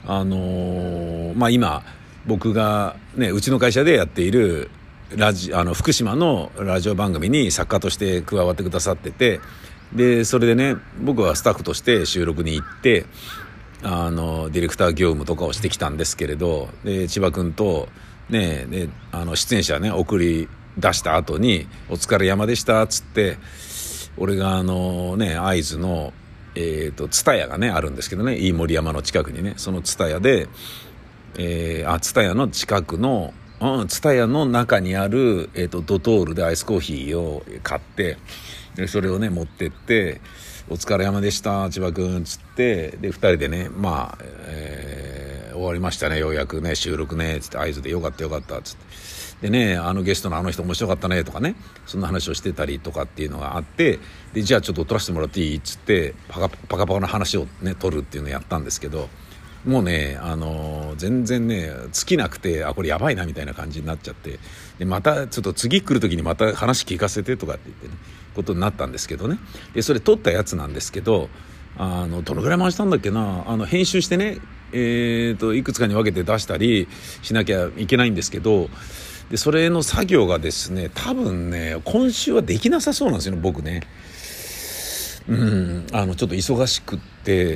今僕がね、うちの会社でやっている福島のラジオ番組に作家として加わってくださってて、でそれでね、僕はスタッフとして収録に行ってディレクター業務とかをしてきたんですけれど、で千葉君とね、出演者ね送り出した後にお疲れ山でしたっつって、俺が会津の蔦屋がねあるんですけどね、飯盛山の近くにね、その蔦屋で蔦屋の近くの蔦屋の中にあるドトールでアイスコーヒーを買って、でそれをね持ってって、お疲れ様でした千葉くんつって、で2人でね、終わりましたね、ようやくね収録ねつって、合図でよかったよかったつって、でねゲストのあの人面白かったねとかね、そんな話をしてたりとかっていうのがあって、でじゃあちょっと撮らせてもらっていいっつってパカパカの話をね撮るっていうのをやったんですけど、もうね全然ね尽きなくて、これやばいなみたいな感じになっちゃって、でまたちょっと次来る時にまた話聞かせてとかって言ってねことになったんですけどね。でそれ撮ったやつなんですけど、どのぐらい回したんだっけな、編集してねいくつかに分けて出したりしなきゃいけないんですけど、でそれの作業がですね、多分ね今週はできなさそうなんですよね、僕ね。ちょっと忙しくって、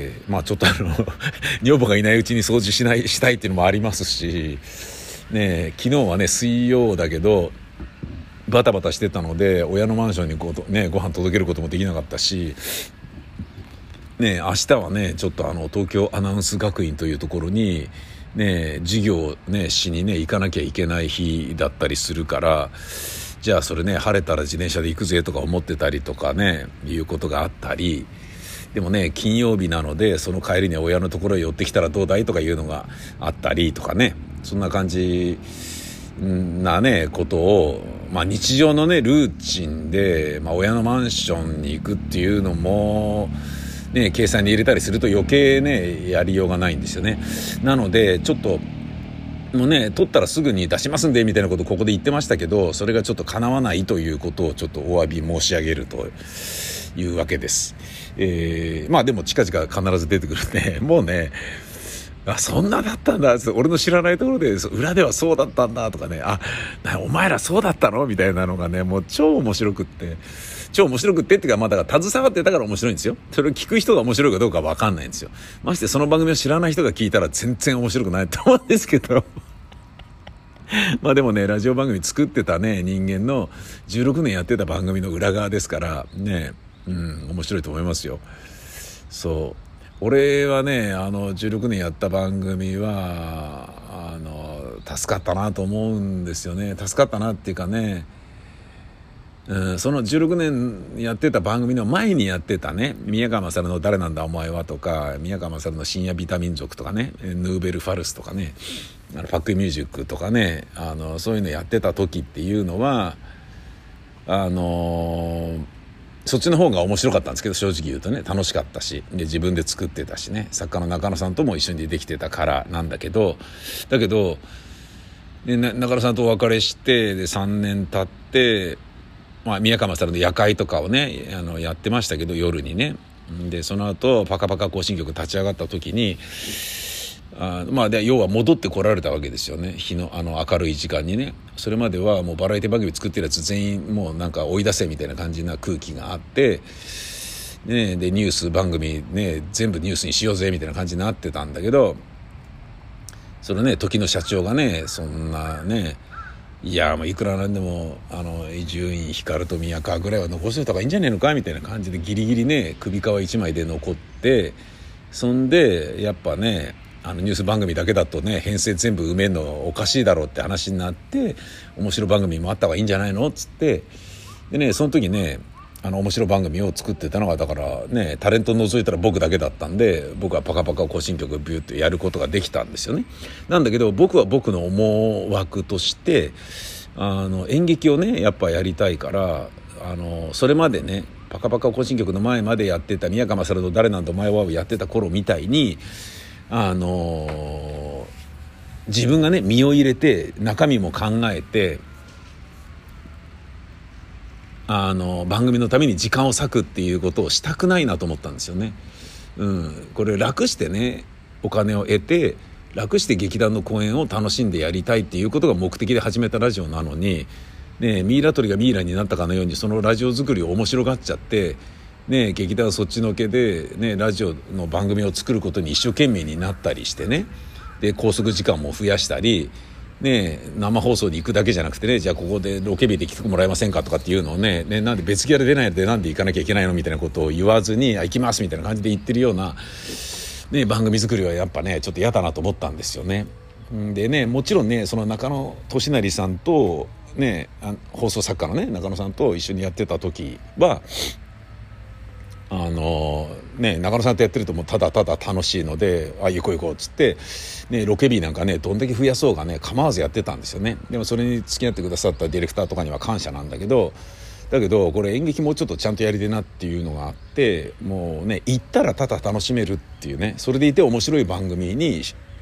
ちょっと女房がいないうちに掃除したいっていうのもありますしね。昨日はね水曜だけどバタバタしてたので、親のマンションにご飯届けることもできなかったしね、明日はねちょっと東京アナウンス学院というところにね授業をねしにね行かなきゃいけない日だったりするから、じゃあそれね晴れたら自転車で行くぜとか思ってたりとかねいうことがあったり、でもね金曜日なのでその帰りに親のところへ寄ってきたらどうだいとかいうのがあったりとかね、そんな感じなねことを、日常のねルーチンで、親のマンションに行くっていうのもね計算に入れたりすると余計ねやりようがないんですよね。なのでちょっともうね撮ったらすぐに出しますんでみたいなことをここで言ってましたけど、それがちょっと叶わないということをちょっとお詫び申し上げるというわけです。でも近々必ず出てくるね。もうねそんなだったんだ、俺の知らないところで裏ではそうだったんだとかね、お前らそうだったのみたいなのがね、もう超面白くってっていうか、だから携わってたから面白いんですよ。それを聞く人が面白いかどうかわかんないんですよ。ましてその番組を知らない人が聞いたら全然面白くないと思うんですけどでもねラジオ番組作ってたね人間の16年やってた番組の裏側ですからね、面白いと思いますよ。そう俺はね16年やった番組は助かったなと思うんですよね。助かったなっていうかね、その16年やってた番組の前にやってたね宮川勝の誰なんだお前はとか、宮川勝の深夜ビタミン族とかね、ヌーベルファルスとかね、ファックミュージックとかね、そういうのやってた時っていうのはそっちの方が面白かったんですけど、正直言うとね楽しかったし、で自分で作ってたしね、作家の中野さんとも一緒にできてたからなんだけど、で中野さんとお別れしてで3年経って、宮川勝の夜会とかをねやってましたけど、夜にね。でその後パカパカ行進曲立ち上がった時にで要は戻ってこられたわけですよね、日の明るい時間にね。それまではもうバラエティ番組作ってるやつ全員もうなんか追い出せみたいな感じな空気があって、ね、でニュース番組ね全部ニュースにしようぜみたいな感じになってたんだけど、そのね時の社長がねそんなねいやもういくらなんでも伊集院光と宮川ぐらいは残しておいた方がいいんじゃねえのかみたいな感じでギリギリね首皮一枚で残って、そんでやっぱねニュース番組だけだとね編成全部埋めるのおかしいだろうって話になって、面白番組もあった方がいいんじゃないのっつって、でねその時ね面白番組を作ってたのがだからねタレント除いたら僕だけだったんで、僕はパカパカ行進曲をビューってやることができたんですよね。なんだけど僕は僕の思惑として演劇をねやっぱやりたいから、それまでねパカパカ行進曲の前までやってた宮川勝と誰なんだお前はをやってた頃みたいに自分がね身を入れて中身も考えて番組のために時間を割くっていうことをしたくないなと思ったんですよね。これ楽してねお金を得て楽して劇団の公演を楽しんでやりたいっていうことが目的で始めたラジオなのに、ミイラ取りがミイラになったかのようにそのラジオ作りを面白がっちゃって、劇団はそっちのけで、ラジオの番組を作ることに一生懸命になったりしてね、で拘束時間も増やしたり生放送に行くだけじゃなくてね、じゃあここでロケ日で来てもらえませんかとかっていうのをねなんで別ギャラ出ないでなんで行かなきゃいけないのみたいなことを言わずに行きますみたいな感じで言ってるような、番組作りはやっぱねちょっと嫌だなと思ったんですよね。でねもちろんねその中野俊成さんと放送作家のね中野さんと一緒にやってた時は中野さんとやってるともうただただ楽しいので行こう行こうっつって、ロケ日なんかねどんだけ増やそうがね構わずやってたんですよね。でもそれに付き合ってくださったディレクターとかには感謝なんだけど、これ演劇もうちょっとちゃんとやりてなっていうのがあって、もうね行ったらただ楽しめるっていうね、それでいて面白い番組に、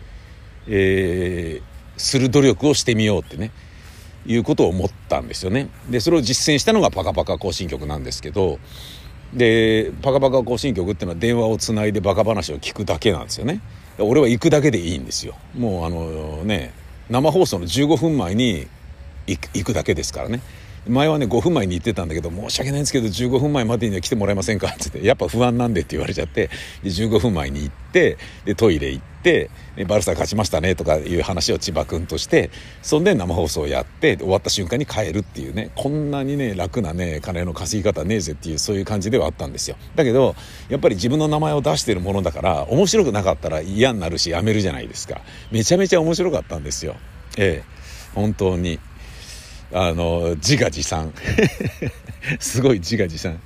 する努力をしてみようってねいうことを思ったんですよね。でそれを実践したのがパカパカ行進曲なんですけど、でパカパカ行進曲っていうのは電話をつないでバカ話を聞くだけなんですよね。俺は行くだけでいいんですよ。もう生放送の15分前に行くだけですからね。前はね5分前に行ってたんだけど、申し訳ないんですけど15分前までには来てもらえませんかって言って、やっぱ不安なんでって言われちゃって、で15分前に行って、でトイレ行って、バルサ勝ちましたねとかいう話を千葉君として、そんで生放送をやって終わった瞬間に帰るっていうね、こんなにね楽なね金の稼ぎ方ねえぜっていう、そういう感じではあったんですよ。だけどやっぱり自分の名前を出してるものだから面白くなかったら嫌になるしやめるじゃないですか。めちゃめちゃ面白かったんですよ。本当に自画自賛すごい自画自賛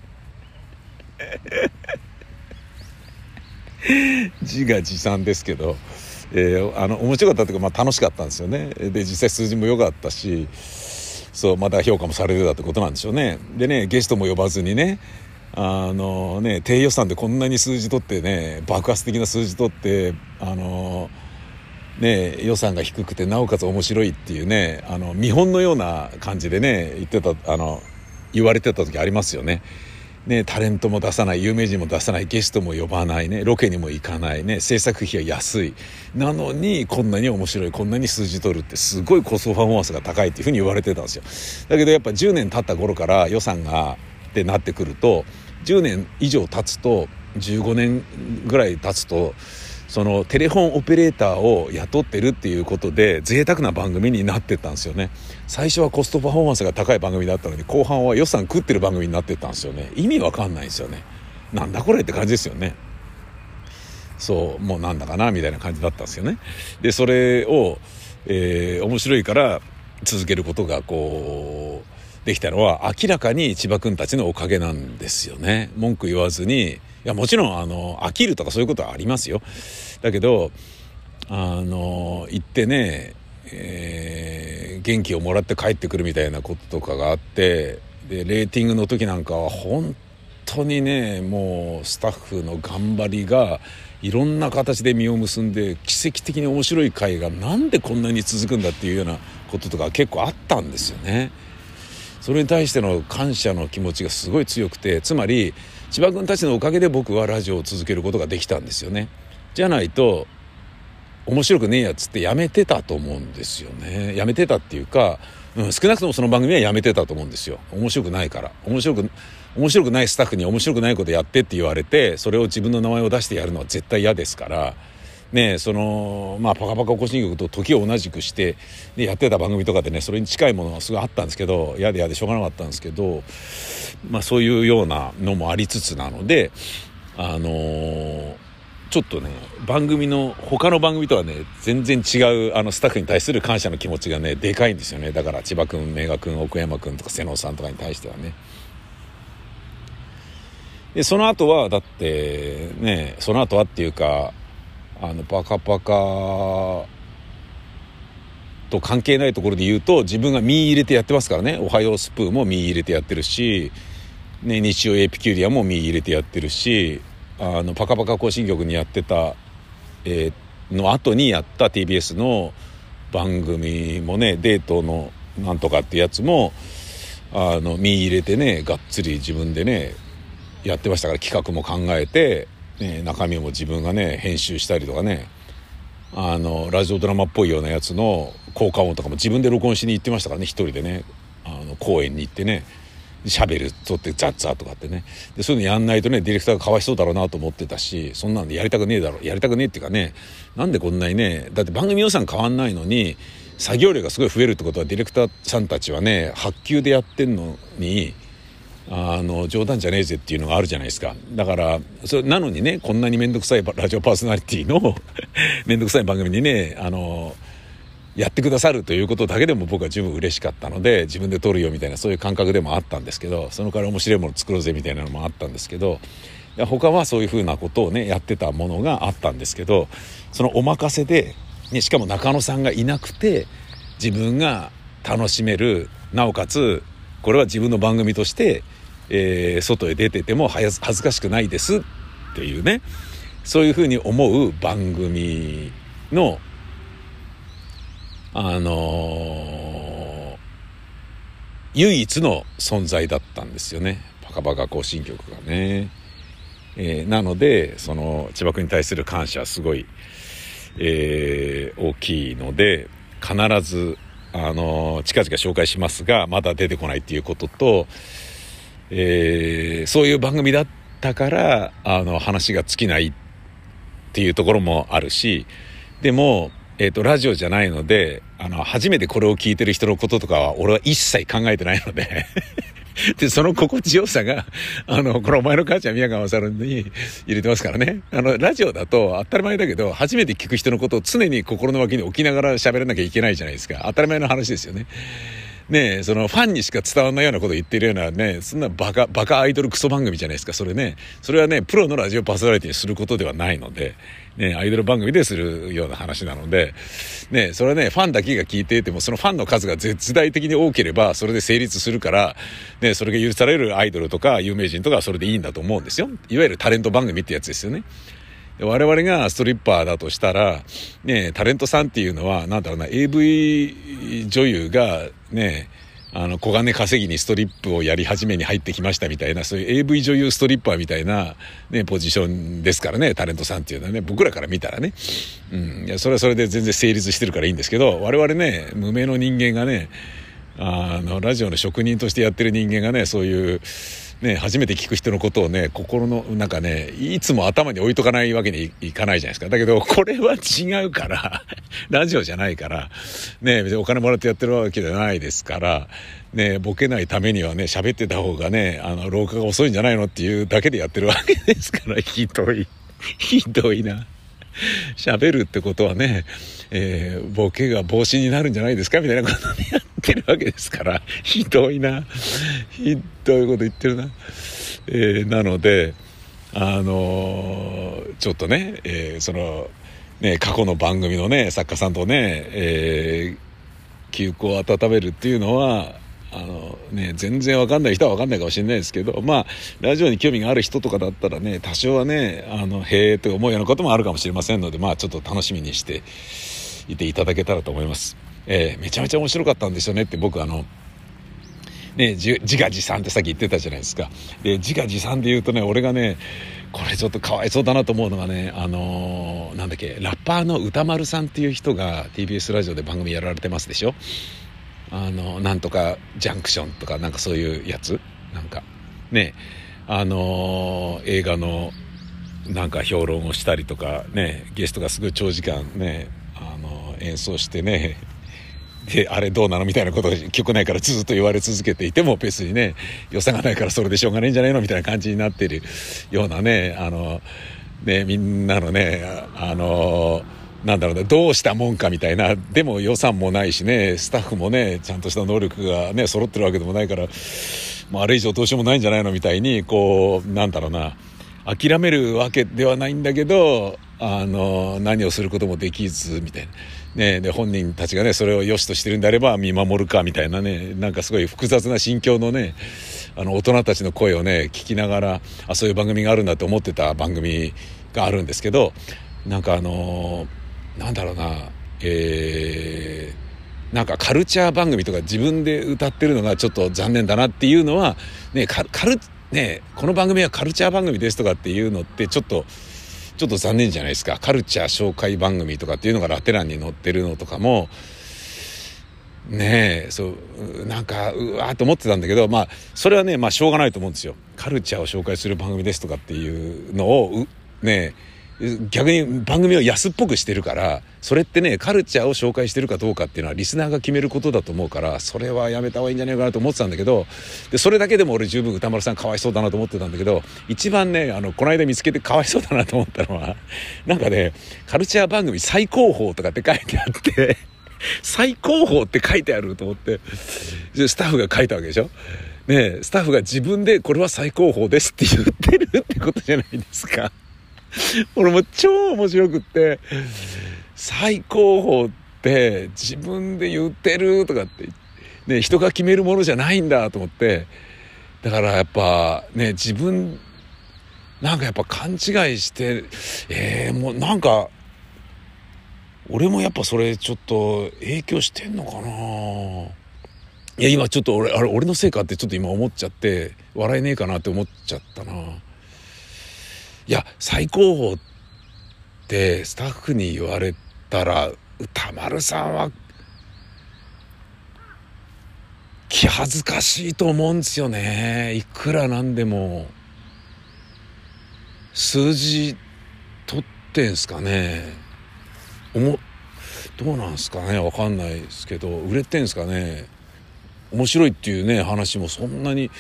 自画自賛ですけど、面白かったというか、楽しかったんですよね。で実際数字も良かったし、そうまた評価もされてたってことなんでしょうね。でねゲストも呼ばずにね低予算でこんなに数字取ってね、爆発的な数字取って予算が低くてなおかつ面白いっていうね見本のような感じでね言われてた時ありますよね。タレントも出さない、有名人も出さない、ゲストも呼ばないね、ロケにも行かないね、制作費は安いなのにこんなに面白い、こんなに数字取るってすごいコストパフォーマンスが高いっていうふうに言われてたんですよ。だけどやっぱ10年経った頃から予算がってなってくると、10年以上経つと15年ぐらい経つとそのテレフォンオペレーターを雇ってるっていうことで贅沢な番組になってったんですよね。最初はコストパフォーマンスが高い番組だったのに後半は予算食ってる番組になってったんですよね。意味わかんないんですよね。なんだこれって感じですよね。そうもうなんだかなみたいな感じだったんですよね。でそれを、面白いから続けることがこうできたのは明らかに千葉君たちのおかげなんですよね。文句言わずに、いやもちろん飽きるとかそういうことはありますよ。だけど行ってね、元気をもらって帰ってくるみたいなこととかがあって、でレーティングの時なんかは本当にねもうスタッフの頑張りがいろんな形で実を結んで、奇跡的に面白い回がなんでこんなに続くんだっていうようなこととか結構あったんですよね。それに対しての感謝の気持ちがすごい強くて、つまり千葉君たちのおかげで僕はラジオを続けることができたんですよね。じゃないと面白くねえやつってやめてたと思うんですよね。やめてたっていうか、少なくともその番組はやめてたと思うんですよ。面白くないから。面白くないスタッフに面白くないことやってって言われて、それを自分の名前を出してやるのは絶対嫌ですから、 ね、そのパカパカ行進曲と時を同じくしてでやってた番組とかでね、それに近いものがすごいあったんですけど、嫌でしょうがなかったんですけど、そういうようなのもありつつなので、ちょっとね番組の他の番組とはね全然違うスタッフに対する感謝の気持ちがねでかいんですよね。だから千葉くん、明賀くん、奥山くんとか瀬能さんとかに対してはね。でその後はだってね、その後はっていうかパカパカと関係ないところで言うと、自分が身入れてやってますからね。おはようスプーンも身入れてやってるし、ね、日曜エピキュリアも身入れてやってるし、パカパカ行進曲にやってた、の後にやった TBS の番組もね、デートのなんとかってやつも身入れてね、がっつり自分でねやってましたから、企画も考えて、ね、中身も自分がね編集したりとかね、ラジオドラマっぽいようなやつの効果音とかも自分で録音しに行ってましたからね。一人でね公園に行ってね喋る撮ってザッザーとかってね、でそういうのやんないとねディレクターがかわいそうだろうなと思ってたし、そんなんでやりたくねえっていうかね、なんでこんなにね、だって番組予算変わんないのに作業量がすごい増えるってことは、ディレクターさんたちはね発給でやってんのに冗談じゃねえぜっていうのがあるじゃないですか。だからそれなのにね、こんなに面倒くさいラジオパーソナリティの面倒くさい番組にねやってくださるということだけでも僕は十分嬉しかったので、自分で撮るよみたいなそういう感覚でもあったんですけど、その代わり面白いもの作ろうぜみたいなのもあったんですけど、他はそういうふうなことをねやってたものがあったんですけど、そのお任せで、ね、しかも中野さんがいなくて自分が楽しめる、なおかつこれは自分の番組として外へ出てても恥ずかしくないですっていうね、そういうふうに思う番組の唯一の存在だったんですよね、パカパカ行進曲がね。なのでその千葉君に対する感謝はすごい、大きいので、必ず近々紹介しますが、まだ出てこないっていうことと、そういう番組だったから話が尽きないっていうところもあるし、でもラジオじゃないので初めてこれを聞いてる人のこととかは俺は一切考えてないのででその心地よさがこれお前の母ちゃん宮川勝に入れてますからね。ラジオだと当たり前だけど、初めて聞く人のことを常に心の脇に置きながら喋らなきゃいけないじゃないですか。当たり前の話ですよね。ねえ、そのファンにしか伝わらないようなことを言ってるようなね、そんなバカアイドルクソ番組じゃないですか。それはねプロのラジオパーソナリティにすることではないのでね、アイドル番組でするような話なのでね、それはねファンだけが聞いていても、そのファンの数が絶大的に多ければそれで成立するからね、それが許されるアイドルとか有名人とかはそれでいいんだと思うんですよ。いわゆるタレント番組ってやつですよね。我々がストリッパーだとしたらね、タレントさんっていうのはなんだろうな、 AV 女優がね小金稼ぎにストリップをやり始めに入ってきましたみたいな、そういう AV 女優ストリッパーみたいな、ね、ポジションですからね、タレントさんっていうのはね、僕らから見たらね、いやそれはそれで全然成立してるからいいんですけど、我々ね無名の人間がねラジオの職人としてやってる人間がね、そういうね初めて聞く人のことをね心のなんかねいつも頭に置いとかないわけにいかないじゃないですか。だけどこれは違うからラジオじゃないからね、別にお金もらってやってるわけじゃないですからね、ボケないためにはね喋ってた方がね老化が遅いんじゃないのっていうだけでやってるわけですから、ひどいな。喋るってことはね、ボケが防止になるんじゃないですかみたいなことでやってるわけですから、ひどいこと言ってるな。なのでちょっとね、そのね過去の番組のね作家さんとね、休校を温めるっていうのは全然わかんない人はわかんないかもしれないですけど、ラジオに興味がある人とかだったらね、多少はねへーって思うようなこともあるかもしれませんので、ちょっと楽しみにしていていただけたらと思います。めちゃめちゃ面白かったんですよねって僕ね、自画自賛ってさっき言ってたじゃないですか。で自画自賛で言うとね、俺がねこれちょっとかわいそうだなと思うのがね、なんだっけ、ラッパーの歌丸さんっていう人が TBS ラジオで番組やられてますでしょ。なんとかジャンクションとかなんかそういうやつなんかね、映画のなんか評論をしたりとかね、ゲストがすごい長時間ね演奏してね、であれどうなのみたいなことを曲ないからずっと言われ続けていても別にね予算がないからそれでしょうがないんじゃないのみたいな感じになっているようなね、みんなのねなんだろうね、どうしたもんかみたいな。でも予算もないしね、スタッフもねちゃんとした能力がね揃ってるわけでもないから、もうあれ以上どうしようもないんじゃないのみたいに、こうなんだろうな、諦めるわけではないんだけど何をすることもできずみたいなね。で本人たちがねそれを良しとしてるんであれば見守るかみたいなね、なんかすごい複雑な心境のね大人たちの声をね聞きながら、そういう番組があるんだと思ってた番組があるんですけど、なんかなんだろうな、なんかカルチャー番組とか自分で歌ってるのがちょっと残念だなっていうのはね、この番組はカルチャー番組ですとかっていうのってちょっと残念じゃないですか。カルチャー紹介番組とかっていうのがラテ欄に載ってるのとかもね、そうなんかうわーと思ってたんだけど、それはねしょうがないと思うんですよ。カルチャーを紹介する番組ですとかっていうのをね、逆に番組を安っぽくしてるから、それってねカルチャーを紹介してるかどうかっていうのはリスナーが決めることだと思うから、それはやめた方がいいんじゃないかなと思ってたんだけど、でそれだけでも俺十分歌丸さんかわいそうだなと思ってたんだけど、一番ねこの間見つけてかわいそうだなと思ったのは、なんかねカルチャー番組最高峰とかって書いてあって最高峰って書いてあると思って、スタッフが書いたわけでしょね。スタッフが自分でこれは最高峰ですって言ってるってことじゃないですか。俺も超面白くって、最高峰って自分で言ってるとかってね、人が決めるものじゃないんだと思って、だからやっぱね自分なんかやっぱ勘違いして、もうなんか俺もやっぱそれちょっと影響してんのかな。いや今ちょっと俺のせいかってちょっと今思っちゃって笑えねえかなって思っちゃったな。いや最高峰ってスタッフに言われたら歌丸さんは気恥ずかしいと思うんですよね。いくらなんでも数字取ってんすかね。どうなんすかね、わかんないですけど売れてんすかね。面白いっていうね話もそんなに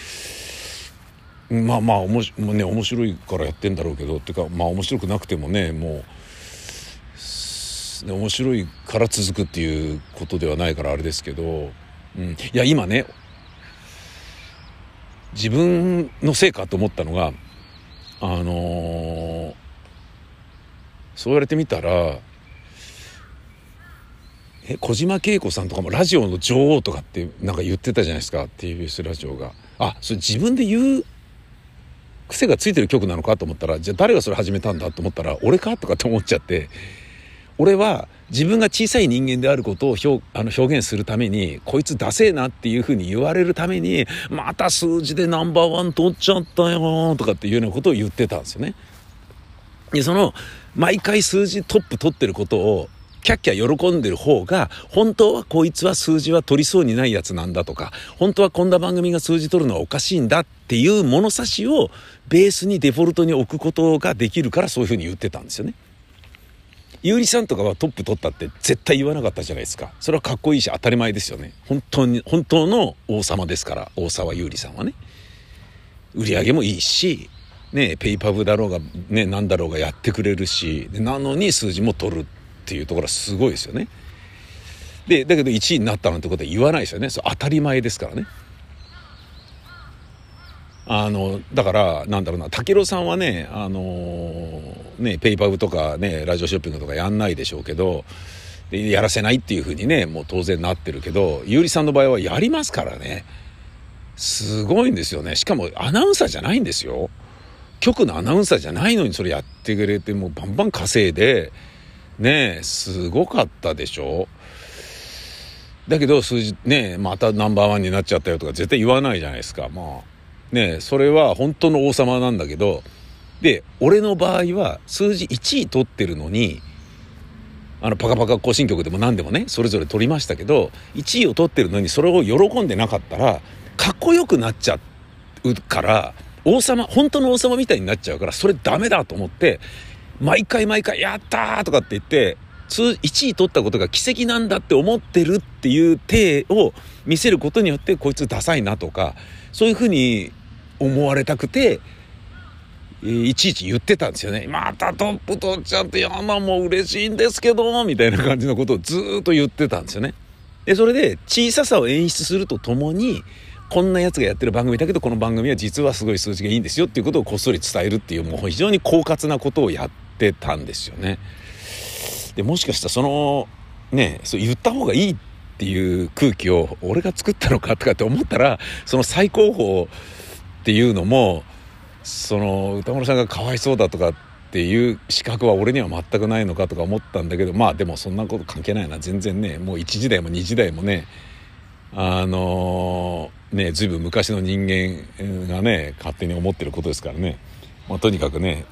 面白いからやってんだろうけど、ってか面白くなくてもねもう面白いから続くっていうことではないからあれですけど、いや今ね自分のせいかと思ったのがそう言われてみたら小島慶子さんとかもラジオの女王とかってなんか言ってたじゃないですか TBS ラジオが。それ自分で言う癖がついてる曲なのかと思ったら、じゃあ誰がそれ始めたんだと思ったら俺かとかって思っちゃって、俺は自分が小さい人間であることを表現するためにこいつダセえなっていう風に言われるためにまた数字でナンバーワン取っちゃったよとかっていうようなことを言ってたんですよね。でその毎回数字トップ取ってることをキャッキャ喜んでる方が本当はこいつは数字は取りそうにないやつなんだとか、本当はこんな番組が数字取るのはおかしいんだっていう物差しをベースにデフォルトに置くことができるからそういうふうに言ってたんですよね。ゆうりさんとかはトップ取ったって絶対言わなかったじゃないですか。それはかっこいいし当たり前ですよね。本当の王様ですから、大沢ゆうりさんはね売り上げもいいしね、ペイパブだろうがね何だろうがやってくれるし、なのに数字も取るっていうところはすごいですよね。でだけど1位になったなんてことは言わないですよね。それ当たり前ですからね。だからなんだろうな、武郎さんはねペイパブとかねラジオショッピングとかやんないでしょうけど、でやらせないっていう風にねもう当然なってるけど、ゆうりさんの場合はやりますからね。すごいんですよね。しかもアナウンサーじゃないんですよ。局のアナウンサーじゃないのにそれやってくれて、もうバンバン稼いでね、すごかったでしょ。だけど数字ねまたナンバーワンになっちゃったよとか絶対言わないじゃないですか。それは本当の王様なんだけど、で俺の場合は数字1位取ってるのにパカパカ行進曲でも何でもねそれぞれ取りましたけど、1位を取ってるのにそれを喜んでなかったらかっこよくなっちゃうから、 王様、本当の王様みたいになっちゃうから、それダメだと思って、毎回やったーとかって言って、1位取ったことが奇跡なんだって思ってるっていう体を見せることによって、こいつダサいなとか、そういうふうに思われたくて、いちいち言ってたんですよね。またトップ取っちゃって、もう嬉しいんですけど、みたいな感じのことをずーっと言ってたんですよね。で、それで小ささを演出するとともに、こんなやつがやってる番組だけど、この番組は実はすごい数字がいいんですよっていうことをこっそり伝えるっていう、もう非常に狡猾なことをやってたんですよね。で、もしかしたらそう言った方がいいっていう空気を俺が作ったのかとかって思ったら、その最高峰っていうのも、歌丸さんがかわいそうだとかっていう資格は俺には全くないのかとか思ったんだけど、でもそんなこと関係ないな。全然ね、もう1時代も2時代もね、ずいぶん昔の人間がね、勝手に思ってることですからね。とにかくね、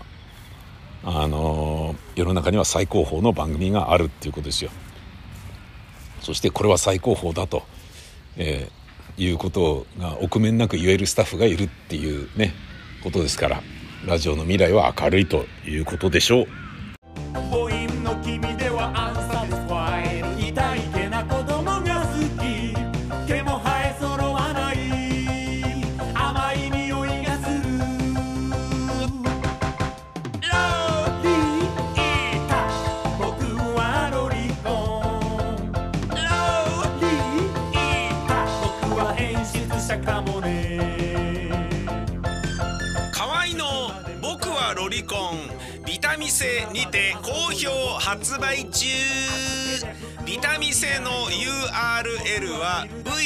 世の中には最高峰の番組があるっていうことですよ。そしてこれは最高峰だと、いうことが臆面なく言えるスタッフがいるっていうねことですから、ラジオの未来は明るいということでしょう。 母音の君ではアンサティスファイ、痛いけな子供が好き、毛も生え揃わない甘い匂いがする。ロリータ、僕はロリコン。ロリータ、僕は演出者かもね。 河合の僕はロリコン、ビタミセにて好評発売中。ビタミセの URL は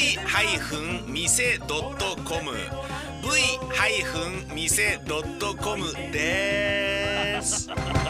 v-mise.com v-mise.com です。